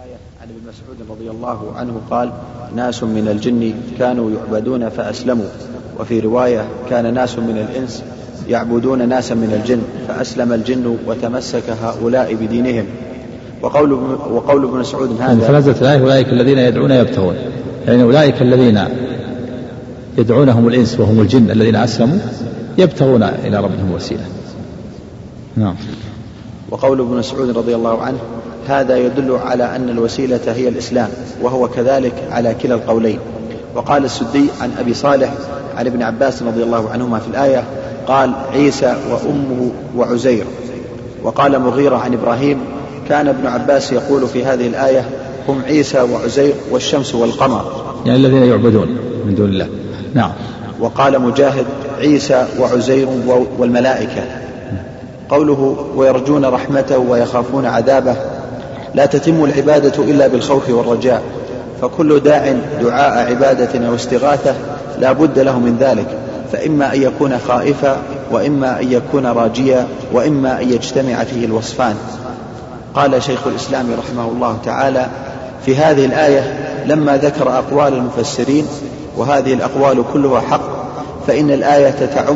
عن ابن مسعود رضي الله عنه قال: ناس من الجن كانوا يعبدون فأسلموا. وفي رواية: كان ناس من الإنس يعبدون ناسا من الجن فأسلم الجن وتمسك هؤلاء بدينهم. وقول ابن مسعود هذا فنزلت الآية: أولئك الذين يدعون يبتغون، يعني أولئك الذين يدعونهم الإنس وهم الجن الذين أسلموا يبتغون إلى ربهم وسيلة. نعم. وقول ابن مسعود رضي الله عنه هذا يدل على أن الوسيلة هي الإسلام، وهو كذلك على كلا القولين. وقال السدي عن أبي صالح عن ابن عباس رضي الله عنهما في الآية قال: عيسى وأمه وعزير. وقال مغيرة عن إبراهيم: كان ابن عباس يقول في هذه الآية: هم عيسى وعزير والشمس والقمر، يعني الذين يعبدون من دون الله. نعم. وقال مجاهد: عيسى وعزير والملائكة. قوله: ويرجون رحمته ويخافون عذابه، لا تتم العبادة إلا بالخوف والرجاء، فكل داع دعاء عبادة أو استغاثة لا بد له من ذلك، فإما أن يكون خائفا، وإما أن يكون راجيا، وإما أن يجتمع فيه الوصفان. قال شيخ الإسلام رحمه الله تعالى في هذه الآية لما ذكر أقوال المفسرين، وهذه الأقوال كلها حق، فإن الآية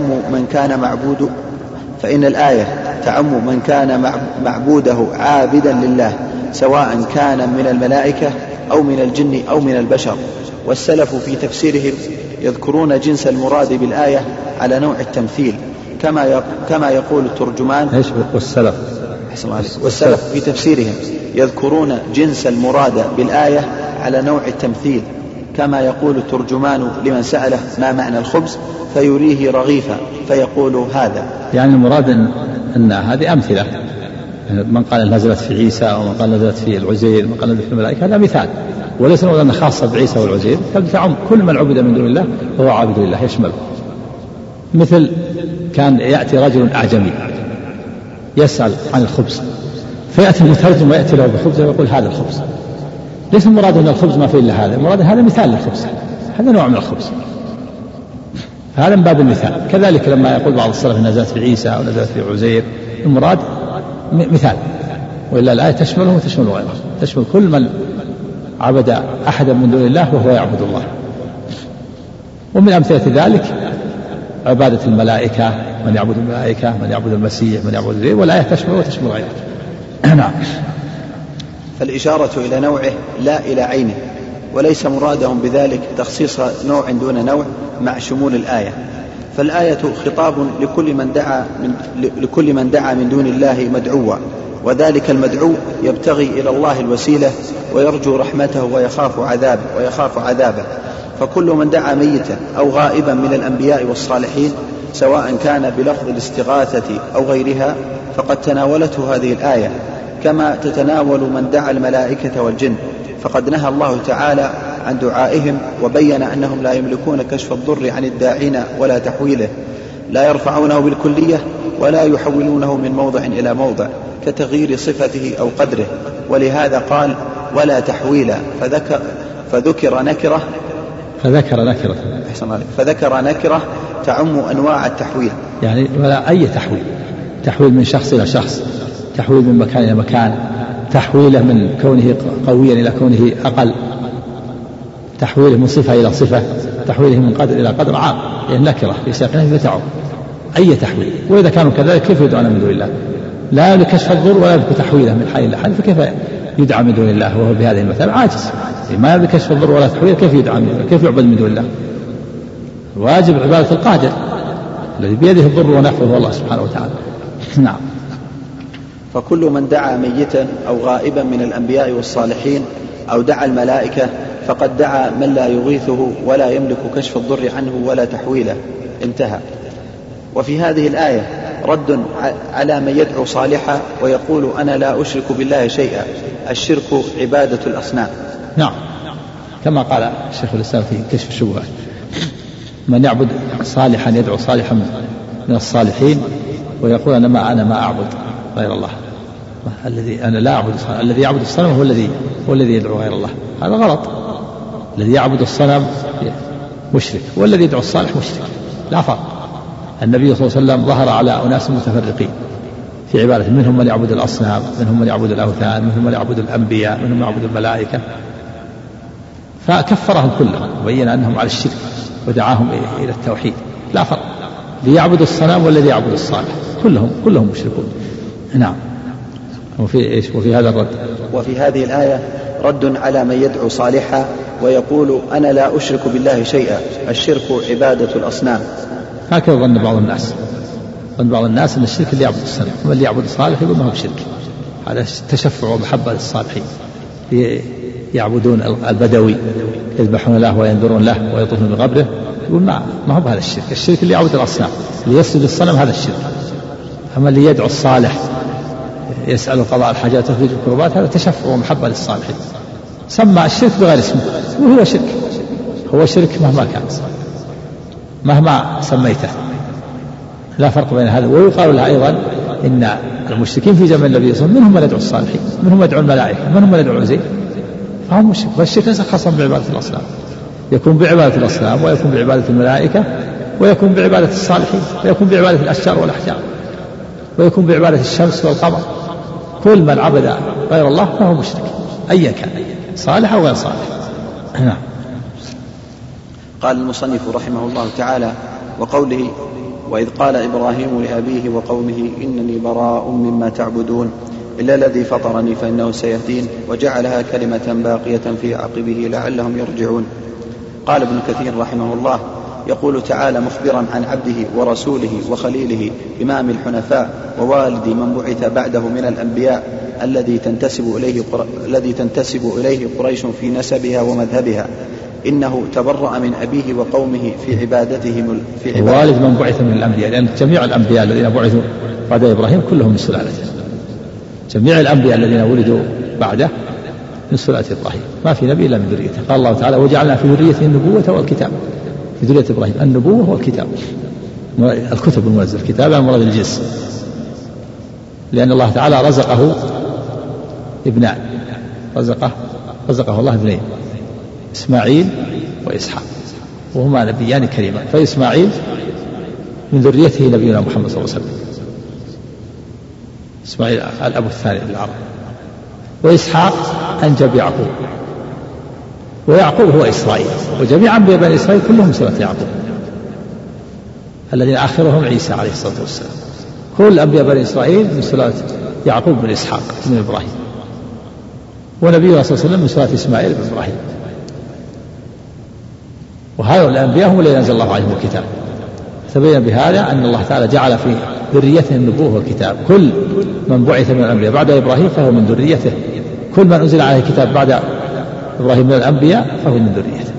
تعم من كان معبوده عابدا لله، سواء كان من الملائكة أو من الجن أو من البشر. والسلف في تفسيرهم يذكرون جنس المراد بالآية على نوع التمثيل، كما يقول الترجمان. والسلف في تفسيرهم يذكرون جنس المراد بالآية على نوع التمثيل، كما يقول الترجمان لمن سأله: ما معنى الخبز؟ فيريه رغيفا فيقول هذا. يعني المراد أن هذه أمثلة، من قال نزلت في عيسى، ومن قال نزلت في العزير، ومن قال نزلت في الملائكة، هذا مثال، وليس نقول أن خاصة بعيسى والعزير، تعم كل من عبد من دون الله وهو عابد لله، يشمله. مثل كان يأتي رجل أعجمي يسأل عن الخبز، فيأتي المترجم ويأتي له بخبز ويقول: هذا الخبز. ليس المراد أن الخبز ما فيه إلا هذا، المراد هذا مثال للخبز، هذا نوع من الخبز، هذا من باب المثال. كذلك لما يقول بعض السلف نزلت في عيسى أو نزلت في عزير، المراد مثال، وإلا الآية تشمله وتشمل غيره، تشمل كل من عبد أحدا من دون الله وهو يعبد الله. ومن أمثلة ذلك عبادة الملائكة، من يعبد الملائكة، من يعبد المسيح، من يعبد الزير، والآية تشمل وتشمل غيره. نعم. فالإشارة إلى نوعه لا إلى عينه، وليس مرادهم بذلك تخصيص نوع دون نوع مع شمول الآية. فالآية خطاب لكل من دعا من دون الله مدعوا، وذلك المدعو يبتغي إلى الله الوسيلة ويرجو رحمته ويخاف عذابه. فكل من دعا ميتا أو غائبا من الأنبياء والصالحين، سواء كان بلفظ الاستغاثة أو غيرها، فقد تناولته هذه الآية، كما تتناول من دعا الملائكة والجن، فقد نهى الله تعالى عن دعائهم، وبين أنهم لا يملكون كشف الضر عن الداعين ولا تحويله، لا يرفعونه بالكلية ولا يحولونه من موضع إلى موضع كتغيير صفته أو قدره. ولهذا قال: ولا تحويلا، فذكر نكرة تعم أنواع التحويل، يعني ولا أي تحويل من شخص إلى شخص، تحويل من مكان إلى مكان، تحويله من كونه قويا إلى كونه أقل، تحويله من صفة إلى صفة، تحويله من قدر إلى قدر، عام، يعني نكرة في سياق نفي فتعم أي تحويل. وإذا كانوا كذلك كيف يدعون من دون الله؟ لا لكشف الضر ولا لتحويله من حال إلى حال، فكيف يدعى من دون الله وهو بهذه المثال عاجز؟ ما بكشف الضر ولا تحويله كيف يدعى من دون الله؟ كيف يعبد من دون الله؟ واجب عبادة القادر الذي بيده الضر ونفعه هو الله سبحانه وتعالى. نعم. فكل من دعا ميتا أو غائبا من الأنبياء والصالحين أو دعا الملائكة فقد دعا من لا يغيثه ولا يملك كشف الضر عنه ولا تحويله. انتهى. وفي هذه الآية رد على من يدعو صالحا ويقول: أنا لا أشرك بالله شيئا، الشرك عبادة الأصنام. نعم، كما قال الشيخ الإسلام في كشف الشبهات: من يعبد صالحا يدعو صالحا من الصالحين ويقول: أنا ما أعبد غير الله، أنا لا أعبد الصنم، الذي يعبد الصنم هو الذي يدعو غير الله، هذا غلط. الذي يعبد الصنم مشرك، والذي يدعو الصالح مشرك، لا فرق. النبي صلى الله عليه وسلم ظهر على أناس متفرقين في عبادة، منهم من يعبد الأصنام، منهم من يعبد الأوثان، منهم من يعبد الأنبياء، منهم من يعبد الملائكة، فكفرهم كلهم وبين أنهم على الشرك ودعاهم إلى التوحيد، لا فرق ليعبد الصنم والذي يعبد الصالح، كلهم مشركون. نعم. وفي هذا الرد، وفي هذه الآية رد على من يدعو صالحا ويقول أنا لا أشرك بالله شيئا، الشرك عبادة الأصنام. هكذا ظن بعض الناس أن الشرك اللي يعبد الصنم، واللي يعبد الصالح يقول ما هو بشرك، هذا تشفع ومحبة للصالحين. يعبدون البدوي يذبحون له وينذرون له ويطوفون بقبره، يقول ما هو بهذا الشرك. الشرك اللي يعبد الأصنام، اللي يسجد الصنم هذا الشرك. أما اللي يدعو الصالح يسأل قضاء الحاجات ويخرج الكربات، هذا تشفع ومحبة للصالحين. سمى الشرك بغير اسمه، وهو شرك، هو شرك مهما كان، مهما سميته، لا فرق بين هذا. ويقال لها أيضا إن المشركين في زمن النبي صلى الله عليه وسلم منهم من يدعو الصالحين، منهم من يدعو الملائكة، منهم من يدعو العزير، فهم مشرك. فالشرك ليس خاصا بعبادة الأصنام، يكون بعبادة الأصنام، ويكون بعبادة الملائكة، ويكون بعبادة الصالحين، ويكون بعبادة الأشجار والأحجار، ويكون بعبادة الشمس والقمر. كل من عبد غير الله فهو مشرك أيا كان، صالح أو غير صالح. نعم. قال المصنف رحمه الله تعالى: وقوله: وإذ قال إبراهيم لأبيه وقومه إنني براء مما تعبدون إلا الذي فطرني فإنه سيهدين، وجعلها كلمة باقية في عقبه لعلهم يرجعون. قال ابن كثير رحمه الله: يقول تعالى مخبرا عن عبده ورسوله وخليله إمام الحنفاء ووالد من بعث بعده من الأنبياء الذي تنتسب إليه قريش في نسبها ومذهبها، إنه تبرأ من أبيه وقومه في عبادتهم والد من بعث من الأنبياء، لأن جميع الأنبياء الذين بعثوا بعد إبراهيم كلهم من سلالته، جميع الأنبياء الذين ولدوا بعده من سلالة إبراهيم، ما في نبي إلا من ذريته. قال الله تعالى: وجعلنا في ذريته النبوة والكتاب. في ذرية إبراهيم النبوة والكتاب، الكتب المنزل، الكتاب عن مراد الجنس، لأن الله تعالى رزقه ابنان، رزقه الله ابنين، إسماعيل وإسحاق، وهما نبيان كريمان. فإسماعيل من ذريته نبينا محمد صلى الله عليه وسلم، إسماعيل الأب الثاني للعرب، وإسحاق أنجب يعقوب، ويعقوب هو إسرائيل، وجميع أنبياء بني إسرائيل كلهم من سلالة يعقوب، الذين آخرهم عيسى عليه الصلاة والسلام. كل أنبياء بني إسرائيل من سلالة يعقوب بن إسحاق بن إبراهيم، ونبينا صلى الله عليه وسلم من سلالة إسماعيل بن إبراهيم. وهؤلاء الأنبياء هم الذين أنزل الله عليهم الكتاب. تبين بهذا أن الله تعالى جعل في ذريته النبوة والكتاب، كل من بعث من الأنبياء بعد إبراهيم فهو من ذريته، كل من أنزل عليه الكتاب بعد إبراهيم من الأنبياء فهو من ذريته.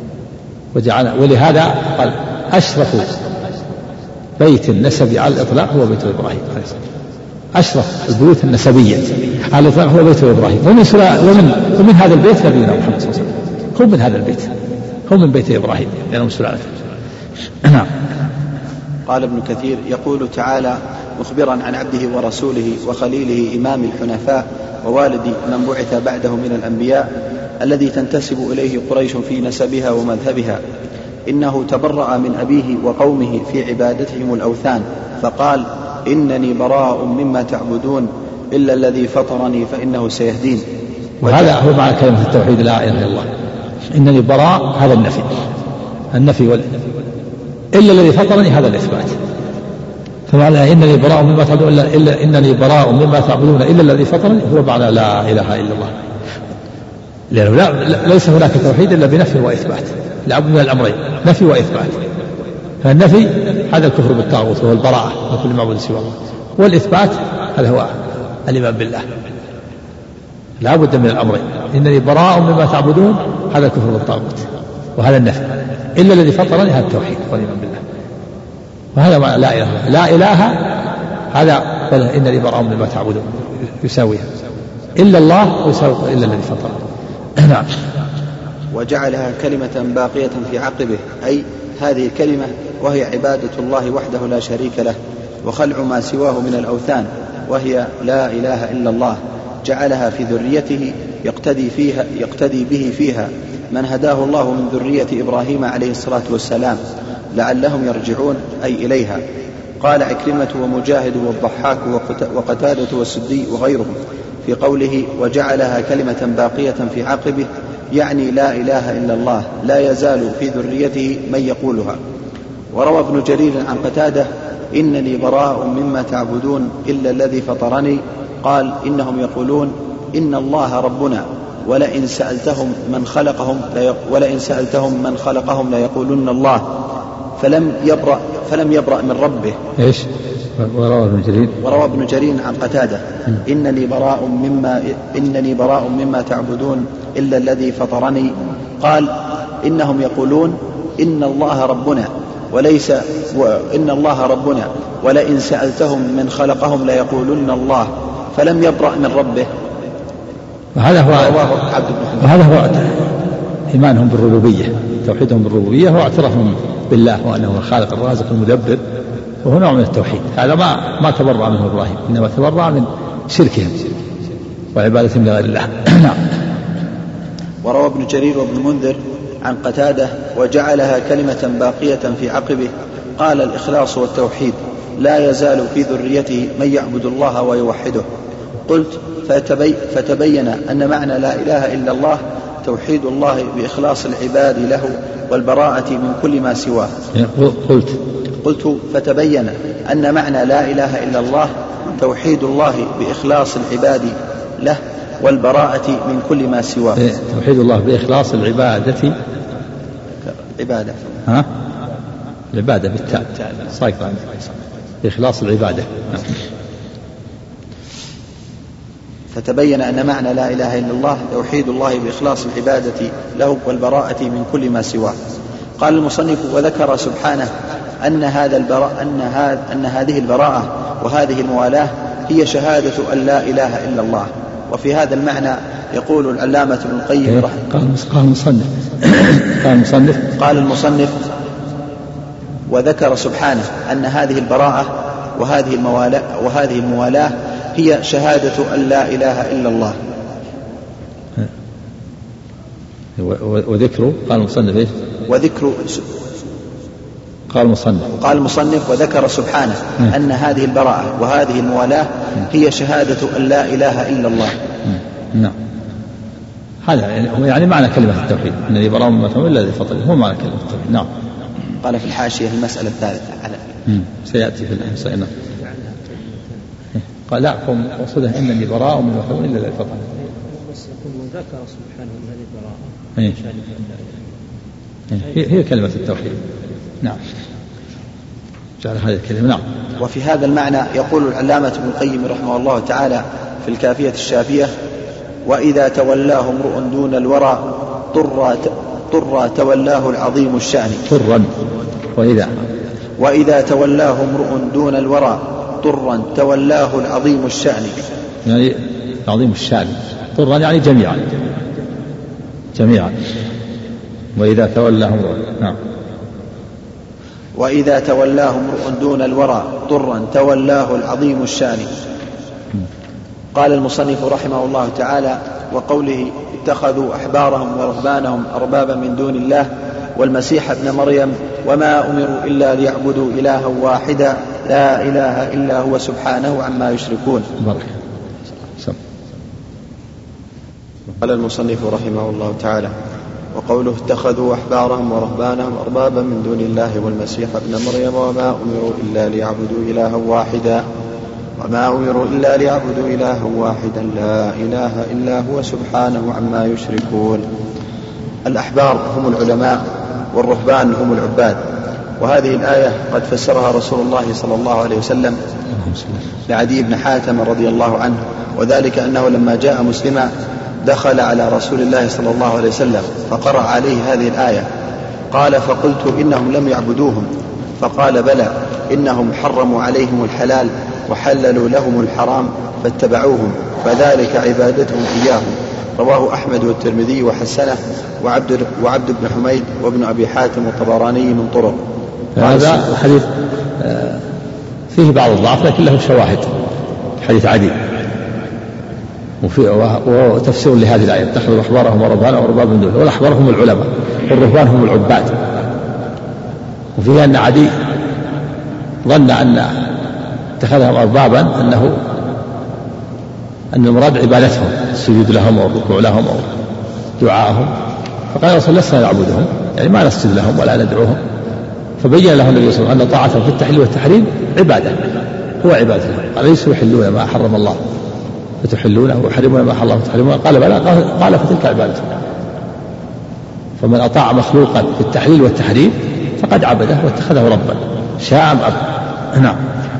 ولهذا قال: أشرف بيت النسب على الإطلاق هو بيت إبراهيم عليه السلام. أشرف البيوت النسبية على الإطلاق هو بيت إبراهيم، ومن هذا البيت نبينا محمد صلى الله عليه وسلم، هم من هذا البيت، هم من بيت إبراهيم لأنهم سلالته. نعم. قال ابن كثير: يقول تعالى مخبرا عن عبده ورسوله وخليله إمام الحنفاء ووالد من بعث بعده من الأنبياء الذي تنتسب إليه قريش في نسبها ومذهبها، إنه تبرأ من أبيه وقومه في عبادتهم الأوثان، فقال: إنني براء مما تعبدون إلا الذي فطرني فإنه سيهدين. وهذا هو معنى كلمة التوحيد لا إله إلا الله. إنني براء هذا النفي إلا الذي فطرني هذا الإثبات. فمعنى إنني براء مما تعبدون إنني براء مما تعبدون إلا الذي فطرني هو معنى لا إله إلا الله، لأنه ليس هناك توحيد إلا بنفي وإثبات، لابد من الأمرين، نفي وإثبات. فالنفي هذا الكفر بالطاغوت وهو البراءة وكل معبود سوى الله، والإثبات هذا هو الإيمان بالله. لا بد من الأمرين، إنني براء مما تعبدون هذا الكفر بالطاغوت وهذا النفي، إلا الذي فطرني هذا التوحيد والإيمان بالله. وهذا معنى لا إله. لا إله هذا إنني براء مما تعبدون يساويها، إلا الله يساوي إلا الذي فطرني. نعم. وجعلها كلمة باقية في عقبه، أي هذه الكلمة وهي عبادة الله وحده لا شريك له، وخلع ما سواه من الأوثان، وهي لا إله إلا الله، جعلها في ذريته يقتدي به فيها من هداه الله من ذرية إبراهيم عليه الصلاة والسلام لعلهم يرجعون، أي إليها. قال عكرمة ومجاهد والضحاك وقتادة والسدي وغيرهم في قوله وجعلها كلمة باقية في عقبه يعني لا إله إلا الله لا يزال في ذريته من يقولها. وروى ابن جرير عن قتادة إنني براء مما تعبدون إلا الذي فطرني قال إنهم يقولون إن الله ربنا ولئن سألتهم من خلقهم ليقولن الله فلم يبرأ من ربه. إيش وروى ابن جرير عن قتادة إنني براء مما تعبدون إلا الذي فطرني قال إنهم يقولون إن الله ربنا ولئن سألتهم من خلقهم ليقولن الله فلم يبرأ من ربه. وهذا هو إيمانهم بالربوبية، توحيدهم بالربوبية هو اعترافهم بالله وأنه الخالق الرازق المدبر، وهو نوع من التوحيد. هذا ما تبرأ منه إبراهيم، إنما تبرأ من شركهم وعبادتهم لغير الله. وروى ابن جرير وابن منذر عن قتادة وجعلها كلمة باقية في عقبه قال الإخلاص والتوحيد لا يزال في ذريته من يعبد الله ويوحده. قلت فتبين أن معنى لا إله إلا الله توحيد الله بإخلاص العباد له والبراءة من كل ما سواه. قلت فتبين أن معنى لا إله إلا الله توحيد الله بإخلاص العباد له والبراءة من كل ما سواه. توحيد الله بإخلاص العبادة العبادة بالتاء صايقة بإخلاص العبادة. فتبين أن معنى لا إله إلا الله توحيد الله بإخلاص العبادة له والبراءة من كل ما سواه. قال المصنف وذكر سبحانه أن هذه البراءة وهذه الموالاة هي شهادة أن لا إله إلا الله. وفي هذا المعنى يقول العلامة ابن القيم قال المصنف وذكر سبحانه أن هذه البراءة وهذه الموالاة هي شهادة أن لا إله إلا الله. وذكر قال المصنف إيش؟ قال المصنف وذكر سبحانه أن هذه البراءة وهذه الموالاة هي شهادة أن لا إله إلا الله. نعم، هذا يعني معنى كلمة التوحيد الذي براء مما تعبدون إلا الذي فطرني هو معنى كلمة التوحيد. نعم. قال في الحاشية المسألة الثالثة سيأتي في الإحصائيات. قال لا وصده إنني براء مما تعبدون إلا الذي فطرني. ذكر سبحانه هذه البراءة هي كلمة التوحيد. نعم، جعل هذه الكلمة. نعم. وفي هذا المعنى يقول العلامة ابن القيم رحمه الله تعالى في الكافية الشافية وإذا تولاه امرؤ دون الورى طر تولاه العظيم الشأن. وإذا تولاه امرؤ دون الورى طرا تولاه العظيم الشأن. يعني عظيم الشأن طرا يعني جميعا. وإذا تولاه امرؤ. نعم. وإذا تولاه امرؤ دون الورى طرا تولاه العظيم الشان. قال المصنف رحمه الله تعالى وقوله اتخذوا أحبارهم ورهبانهم أربابا من دون الله والمسيح ابن مريم وما أمروا إلا ليعبدوا إلها واحدا لا إله إلا هو سبحانه عما يشركون. قال المصنف رحمه الله تعالى وقوله اتخذوا أحبارهم ورهبانهم أربابا من دون الله والمسيح ابن مريم وما أمروا إلا ليعبدوا إلها واحدا لا إله إلا هو سبحانه عما يشركون. الأحبار هم العلماء والرهبان هم العباد. وهذه الآية قد فسرها رسول الله صلى الله عليه وسلم لعدي بن حاتم رضي الله عنه، وذلك أنه لما جاء مسلما دخل على رسول الله صلى الله عليه وسلم فقرأ عليه هذه الآية قال فقلت إنهم لم يعبدوهم فقال بلى إنهم حرموا عليهم الحلال وحللوا لهم الحرام فاتبعوهم فذلك عبادتهم إياهم. رواه أحمد والترمذي وحسنه وعبد بن حميد وابن أبي حاتم والطبراني من طرق. هذا الحديث فيه بعض الضعف لكن له شواهد حديث عدي وتفسير لهذه الآية اتخذوا أحبارهم ورهبانهم أربابا من دون الله. والأحبار هم العلماء والرهبان هم العباد. وفيها أن عدي ظن أن اتخذهم أربابا أن المراد عبادتهم، السجود لهم أو الركوع لهم أو دعاءهم، فقال الرسول لسنا نعبدهم، يعني ما نسجد لهم ولا ندعوهم. فبين له النبي صلى الله عليه وسلم أن طاعتهم في التحليل والتحريم عبادة، هو عبادة. قال ليسوا يحلون ما حرم الله فتحلونه ويحرمون ما حرم الله فتحرمونه، قال بلى، قال فتلك عبادته. فمن أطاع مخلوقا في التحليل والتحريم فقد عبده واتخذه ربا شاء أم أبى. نعم.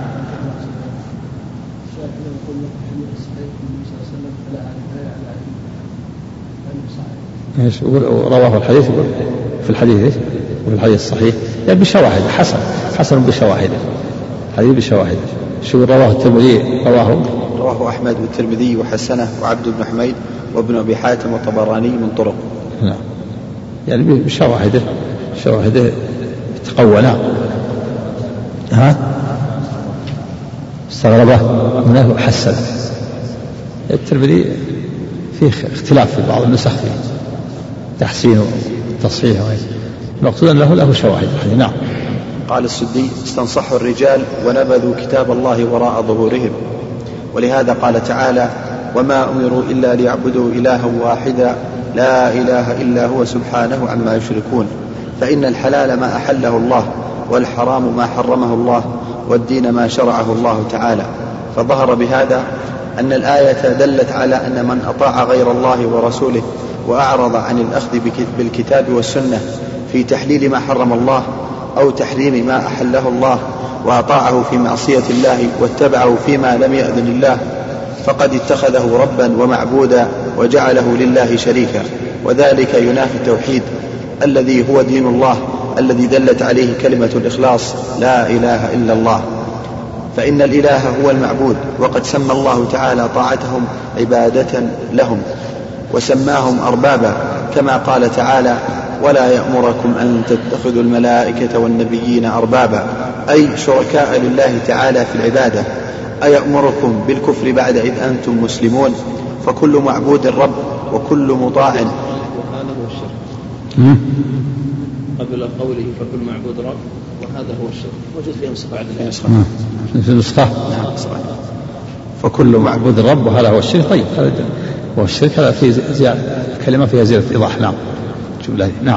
رواه الحديث في الحديث وفي الحديث الصحيح يعني بشواهد، حسن بشواهده، حديث بشواهده. شو رواه الترمذي؟ رواه أحمد والترمذي وحسنه وعبد بن حميد وابن أبي حاتم والطبراني من طرق. نعم، يعني بشواهده، شواهده تقونا. استغربه منه حسن. الترمذي فيه اختلاف في بعض النسخ فيه تحسين وتصحيح، المقصود أن له شواهد. نعم. قال السدي: استنصحوا الرجال ونبذوا كتاب الله وراء ظهورهم، ولهذا قال تعالى: وما أمروا إلا ليعبدوا إلها واحدا لا إله إلا هو سبحانه عما يشركون، فإن الحلال ما أحله الله والحرام ما حرمه الله والدين ما شرعه الله تعالى. فظهر بهذا أن الآية دلت على أن من أطاع غير الله ورسوله وأعرض عن الأخذ بالكتاب والسنة في تحليل ما حرم الله أو تحريم ما أحله الله، وأطاعه في معصية الله واتبعه فيما لم يأذن الله، فقد اتخذه ربا ومعبودا وجعله لله شريكا، وذلك ينافي التوحيد الذي هو دين الله الذي دلت عليه كلمة الإخلاص لا إله إلا الله. فإن الإله هو المعبود، وقد سمى الله تعالى طاعتهم عبادة لهم وسماهم أربابا، كما قال تعالى: ولا يأمركم أن تتخذوا الملائكة والنبيين أربابا، أي شركاء لله تعالى في العبادة. أيأمركم بالكفر بعد إذ أنتم مسلمون؟ فكل معبود رب وكل مطاع. قبل قوله فكل معبود رب وهذا هو الشرك، موجود في نسخة بعد في النسخة. فكل معبود رب وهذا هو الشرك. طيب، هذا هو الشرك، هذا في زيادة كلمة فيها زيادة إيضاح. نعم. نعم.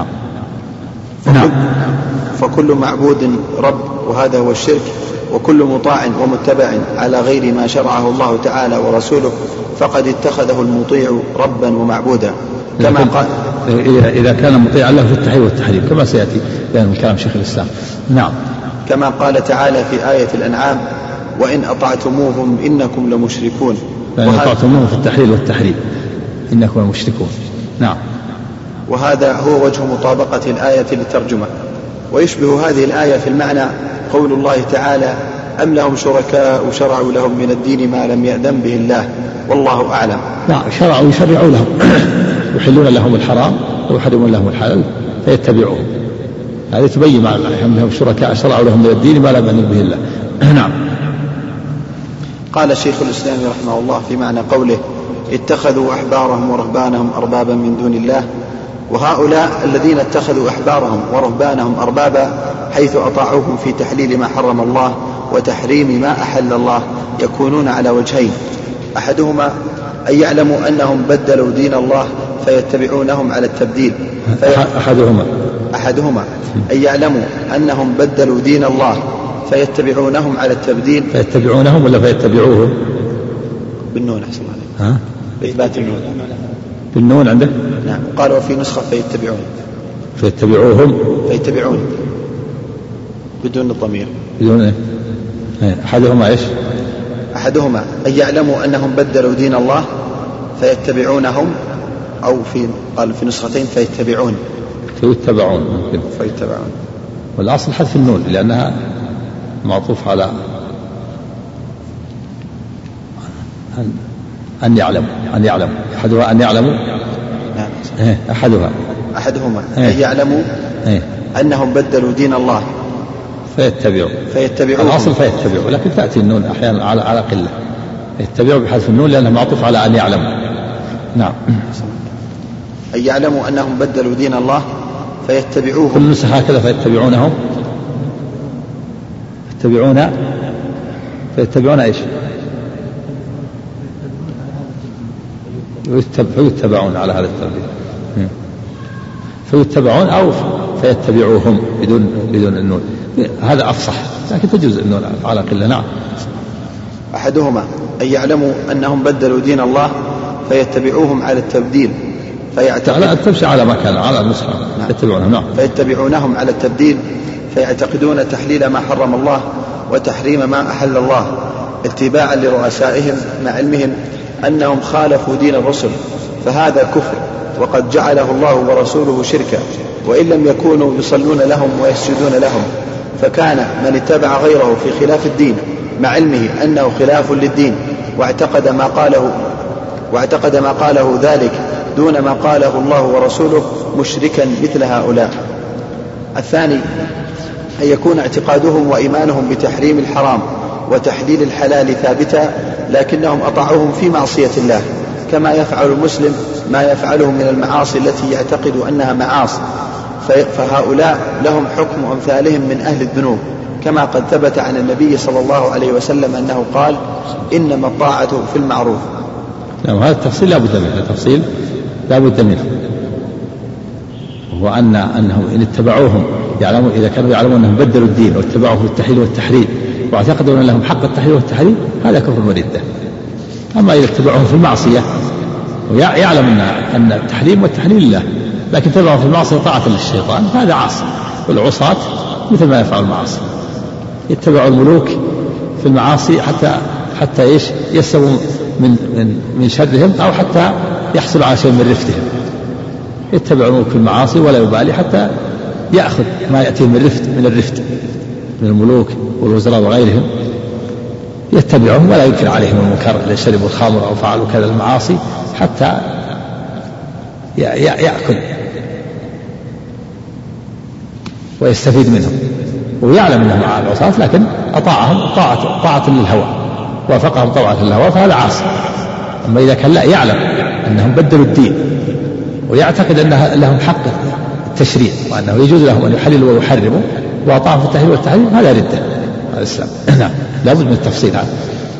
فكل معبود رب وهذا هو الشرك، وكل مطاع ومتبع على غير ما شرعه الله تعالى ورسوله فقد اتخذه المطيع ربا ومعبودا، كما قال إذا كان مطيعا له في التحليل والتحريم، كما سيأتي بيان كلام شيخ الإسلام. نعم. كما قال تعالى في آية الأنعام: وإن أطعتموهم إنكم لمشركون. وإن أطعتموهم في التحليل والتحريم إنكم لمشركون. نعم. وهذا هو وجه مطابقة الآية للترجمة. ويشبه هذه الآية في المعنى قول الله تعالى: أم لهم شركاء شرعوا لهم من الدين ما لم يأذن به الله والله أعلم. نعم، شرعوا يشرعوا لهم يحلون لهم الحرام ويحرمون لهم الحلال فيتبعوه. هذه تبين معنى أم لهم شركاء شرعوا لهم من الدين ما لم يأذن به الله. نعم. قال شيخ الإسلام رحمه الله في معنى قوله: اتخذوا أحبارهم ورهبانهم أربابا من دون الله. وهؤلاء الذين اتخذوا أحبارهم ورهبانهم أربابا حيث أطاعوهم في تحليل ما حرم الله وتحريم ما أحل الله يكونون على وجهين: أحدهما أن يعلموا أنهم بدلوا دين الله فيتبعونهم على التبديل. أحدهما أن يعلموا أنهم بدلوا دين الله فيتبعونهم على التبديل. فيتبعونهم ولا فيتبعوهم؟ بالنون أحسن عليك. بإثبات النون. بالنون عندك؟ نعم. قال وفي نسخة فيتبعون بدون الضمير. بدون أحدهما إيش؟ أحدهما أن يعلموا أنهم بدلوا دين الله فيتبعونهم، أو قال في نسختين فيتبعون. والأصل حذف النون لأنها معطوف على أن يعلموا. أحدها أن يعلموا. نعم. أحدهما أن يعلموا أنهم بدلوا دين الله فيتبعوا. الأصل فيتبعوا، لكن تأتي النون أحيانا على قلة. يتبعوا بحذف النون لأنها معطوف على أن يعلموا. نعم. أن يعلموا أنهم بدلوا دين الله فيتبعوهم. كل نسخ هكذا فيتبعونهم. فيتبعون إيش؟ فيتبعون على هذا الترتيب، فيتبعون أو فيتبعوهم بدون النون، هذا أفصح، لكن تجوز النون على قلة. نعم. أحدهما أن يعلموا أنهم بدلوا دين الله فيتبعوهم على التبديل لا تمشي على ما كان على المصحف. نعم. يتبعونهم. نعم. فيتبعونهم على التبديل فيعتقدون تحليل ما حرم الله وتحريم ما أحل الله اتباعا لرؤسائهم مع علمهم أنهم خالفوا دين الرسل، فهذا كفر وقد جعله الله ورسوله شركا، وإن لم يكونوا يصلون لهم ويسجدون لهم. فكان من اتبع غيره في خلاف الدين مع علمه أنه خلاف للدين واعتقد ما قاله ذلك دون ما قاله الله ورسوله مشركا مثل هؤلاء. الثاني أن يكون اعتقادهم وإيمانهم بتحريم الحرام وتحليل الحلال ثابتا، لكنهم أطاعوهم في معصية الله، كما يفعل المسلم ما يفعله من المعاصي التي يعتقد أنها معاصي، فهؤلاء لهم حكم أمثالهم من أهل الذنوب، كما قد ثبت عن النبي صلى الله عليه وسلم أنه قال: إنما الطاعة في المعروف. نعم. هذا التفصيل لا بد منه، وهو أنهم إن اتبعوهم يعلمون، إذا كانوا يعلمون أنهم بدلوا الدين واتبعوه في التحليل والتحريم واعتقدوا أن لهم حق التحليل والتحريم، هذا كفر وردة. أما إذا اتبعوهم في المعصية ويعلم أن التحريم والتحليل لله، لكن اتبعوهم في المعصية طاعة للشيطان، هذا عاصي. والعصاة مثل ما يفعل المعاصي، يتبعوا الملوك في المعاصي حتى إيش يسلموا من شرهم، أو حتى يحصل على شيء من رفتهم. يتبع الملوك في المعاصي ولا يبالي حتى يأخذ ما يأتيه من الرفت من الملوك والوزراء وغيرهم، يتبعهم ولا ينكر عليهم المنكر إذا شربوا الخمر أو فعلوا كذا المعاصي، حتى يأكل ويستفيد منهم، ويعلم أنهم عصاة، لكن أطاعهم طاعة للهوى، وافقهم طاعة للهوى، فهذا عاصي. أما إذا كان لا يعلم أنهم بدلوا الدين ويعتقد أن لهم حق التشريع وأنه يجوز لهم أن يحللوا ويحرموا وأطاعوا في التحليل والتحريم، هذا ردة على الإسلام. نعم. لابد من التفصيل هذا.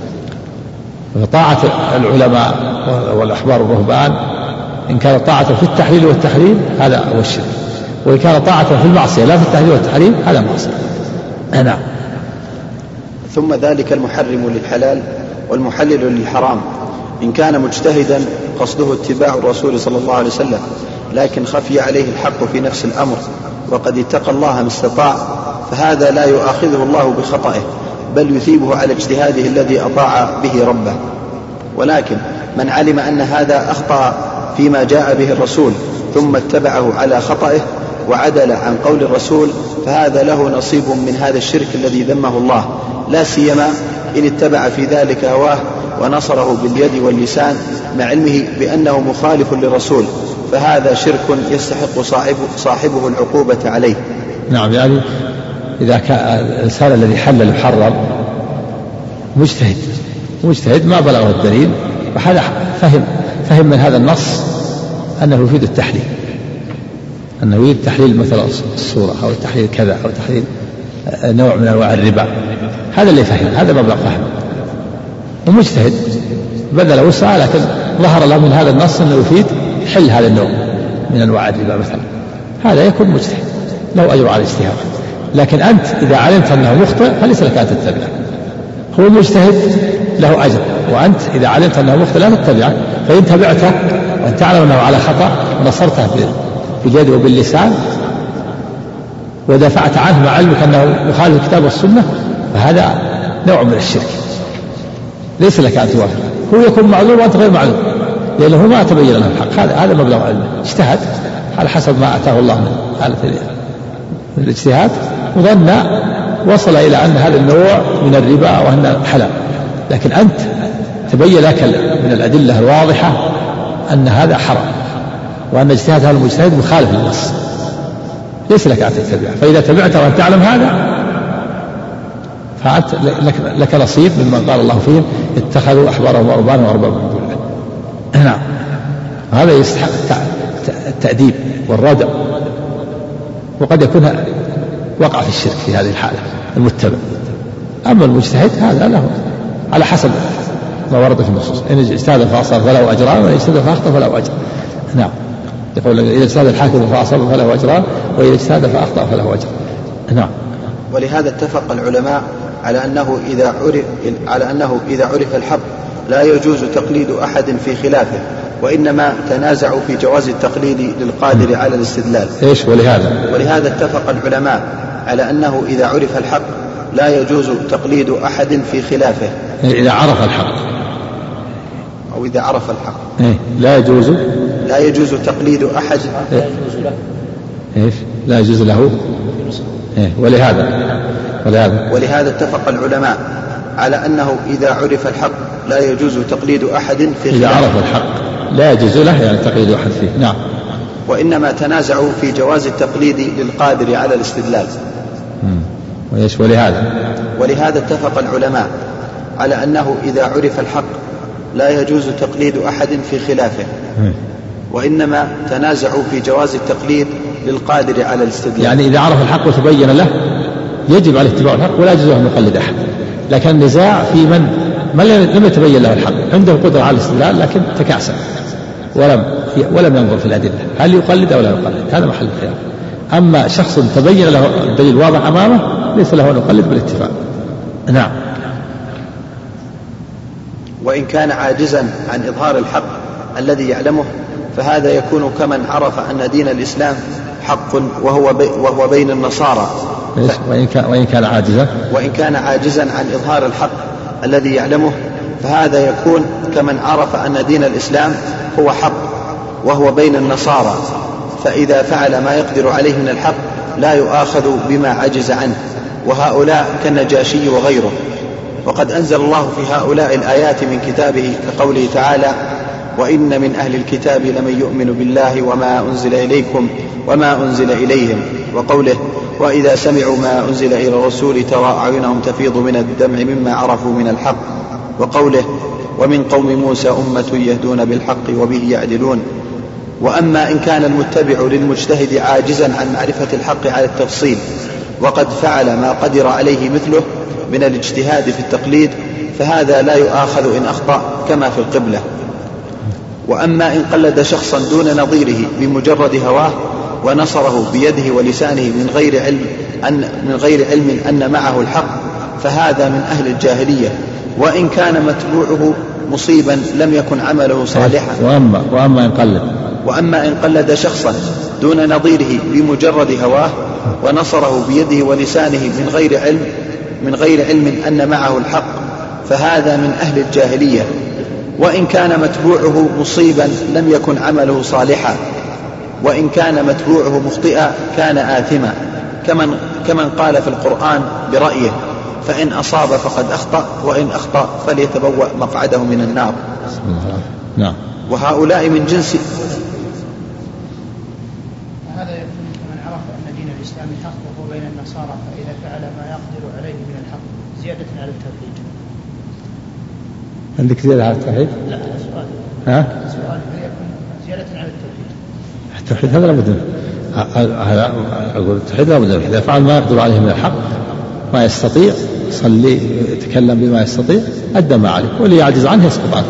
فطاعة العلماء والأحبار والرهبان إن كانت طاعة في التحليل والتحريم هذا هو الشرك، وإن كانت طاعة في المعصية لا في التحليل والتحريم هذا معصية. نعم. ثم ذلك المحرم للحلال والمحلل للحرام إن كان مجتهدا قصده اتباع الرسول صلى الله عليه وسلم، لكن خفي عليه الحق في نفس الأمر وقد اتقى الله ما استطاع، فهذا لا يؤاخذه الله بخطئه، بل يثيبه على اجتهاده الذي أطاع به ربه. ولكن من علم أن هذا أخطأ فيما جاء به الرسول ثم اتبعه على خطئه وعدل عن قول الرسول، فهذا له نصيب من هذا الشرك الذي ذمه الله، لا سيما إن اتبع في ذلك هواه ونصره باليد واللسان مع علمه بأنه مخالف للرسول، فهذا شرك يستحق صاحبه العقوبة عليه. نعم. يعني إذا كان الإنسان الذي حلل وحرم مجتهد ما بلغه الدليل، وهذا فهم من هذا النص أنه يفيد التحليل، أنه يريد تحليل مثلا الصورة أو تحليل كذا أو تحليل نوع من أنواع الربا، هذا اللي فهم، هذا مبلغ فهم، ومجتهد بذل وسعى، لكن ظهر له من هذا النص أنه يفيد حل هذا النوع من أنواع الربا مثلا، هذا يكون مجتهد له أجر على الاجتهاد. لكن أنت إذا علمت أنه مخطئ فليس لك أن تتبعه، هو مجتهد له أجر، وأنت إذا علمت أنه مخطئ لا تتبعه، فإن تبعته وأن تعلم أنه على خطأ ونصرته باليد وباللسان ودافعت عنه مع علمك أنه مخالف الكتاب والسنة، فهذا نوع من الشرك، ليس لك أن توافق، هو يكون معذور وأنت غير معذور، لأنه ما تبين له الحق، هذا مبلغ علمه، اجتهد على حسب ما أتاه الله من آلة الاجتهاد، وظن وصل إلى أن هذا النوع من الربا وأنه حلال، لكن أنت تبين لك من الأدلة الواضحة أن هذا حرام، وأن اجتهاد هذا المجتهد مخالف للنص، ليس لك أن تتبعه. فإذا تبعته وأن تعلم هذا فأنت لك نصيب ممن قال الله فيهم اتخذوا أحبارهم ورهبانهم وأربابا من دون الله. نعم. هذا يستحق التأديب والردع، وقد يكون وقع في الشرك في هذه الحالة المتبع. أما المجتهد هذا له على حسب ما ورد في النصوص، إن اجتهد فأصاب فله أجران، وإن اجتهد فأخطأ فله أجر. نعم، يقول إذا اجتهد الحاكم فأصاب فله أجران، وإذا اجتهد فأخطأ فله أجر. نعم. ولهذا اتفق العلماء على أنه إذا عرف الحق لا يجوز تقليد أحد في خلافه، وإنما تنازعوا في جواز التقليد للقادر على الاستدلال. إيش؟ ولهذا اتفق العلماء على أنه إذا عرف الحق لا يجوز تقليد أحد في خلافه، إذا عرف الحق أو إذا عرف الحق لا يجوز تقليد أحد. لا يجوز له. ولهذا اتفق العلماء على أنه إذا عرف الحق لا يجوز تقليد أحد في خلافه. إذا عرف الحق لا يجوز له يعني تقليد أحد فيه. نعم. وإنما تنازعوا في جواز التقليد للقادر على الاستدلال. ولهذا اتفق العلماء على أنه إذا عرف الحق لا يجوز تقليد أحد في خلافه، وإنما تنازعوا في جواز التقليد للقادر على الاستدلال. يعني إذا عرف الحق وتبين له يجب عليه اتباع الحق ولا يجوز أن يقلد أحد، لكن النزاع في من لم يتبين له الحق، عنده قدرة على الاستدلال لكن تكاسل ولم ينظر في الأدلة هل يقلد أو لا يقلد، هذا محل الخلاف. أما شخص تبين له الدليل واضح أمامه ليس له أن يقلد بالاتفاق. نعم. وإن كان عاجزا عن إظهار الحق الذي يعلمه فهذا يكون كمن عرف أن دين الإسلام حق وهو بين النصارى. وإن كان عاجزا عن إظهار الحق الذي يعلمه فهذا يكون كمن عرف أن دين الإسلام هو حق وهو بين النصارى، فإذا فعل ما يقدر عليه من الحق لا يؤاخذ بما عجز عنه، وهؤلاء كالنجاشي وغيره. وقد أنزل الله في هؤلاء الآيات من كتابه كقوله تعالى: وإن من أهل الكتاب لمن يؤمن بالله وما أنزل إليكم وما أنزل إليهم، وقوله: وإذا سمعوا ما أنزل إلى الرسول ترى أعينهم تفيض من الدمع مما عرفوا من الحق، وقوله: ومن قوم موسى أمة يهدون بالحق وبه يعدلون. وأما إن كان المتبع للمجتهد عاجزا عن معرفة الحق على التفصيل وقد فعل ما قدر عليه مثله من الاجتهاد في التقليد فهذا لا يؤاخذ إن أخطأ كما في القبلة. وأما إن قلد شخصا دون نظيره بمجرد هواه ونصره بيده ولسانه من غير علم أن معه الحق فهذا من أهل الجاهلية، وإن كان متبوعه مصيبا لم يكن عمله صالحا. وأما إن قلد شخصا دون نظيره بمجرد هواه ونصره بيده ولسانه من غير علم أن معه الحق فهذا من أهل الجاهلية، وإن كان متبوعه مصيبا لم يكن عمله صالحا، وإن كان متبوعه مخطئا كان آثما، كمن قال في القرآن برأيه: فإن أصاب فقد أخطأ وإن أخطأ فليتبوأ مقعده من النار. نعم. وهؤلاء من جنس هذا يكون كمن عرف أن دين الإسلام حق وهو بين النصارى فإذا فعل ما يقدر عليه من الحق زيادة على التوحيد. عندك زيادة على التوحيد؟ لا، هذا سؤال. سؤال يكون زيادة على التوحيد هذا لابد هذا أقول التوحيد لابد إذا فعل ما يقدر عليه من الحق ما يستطيع يصلي يتكلم بما يستطيع أدى ما عليه واللي يعجز عنه يسقط عنه.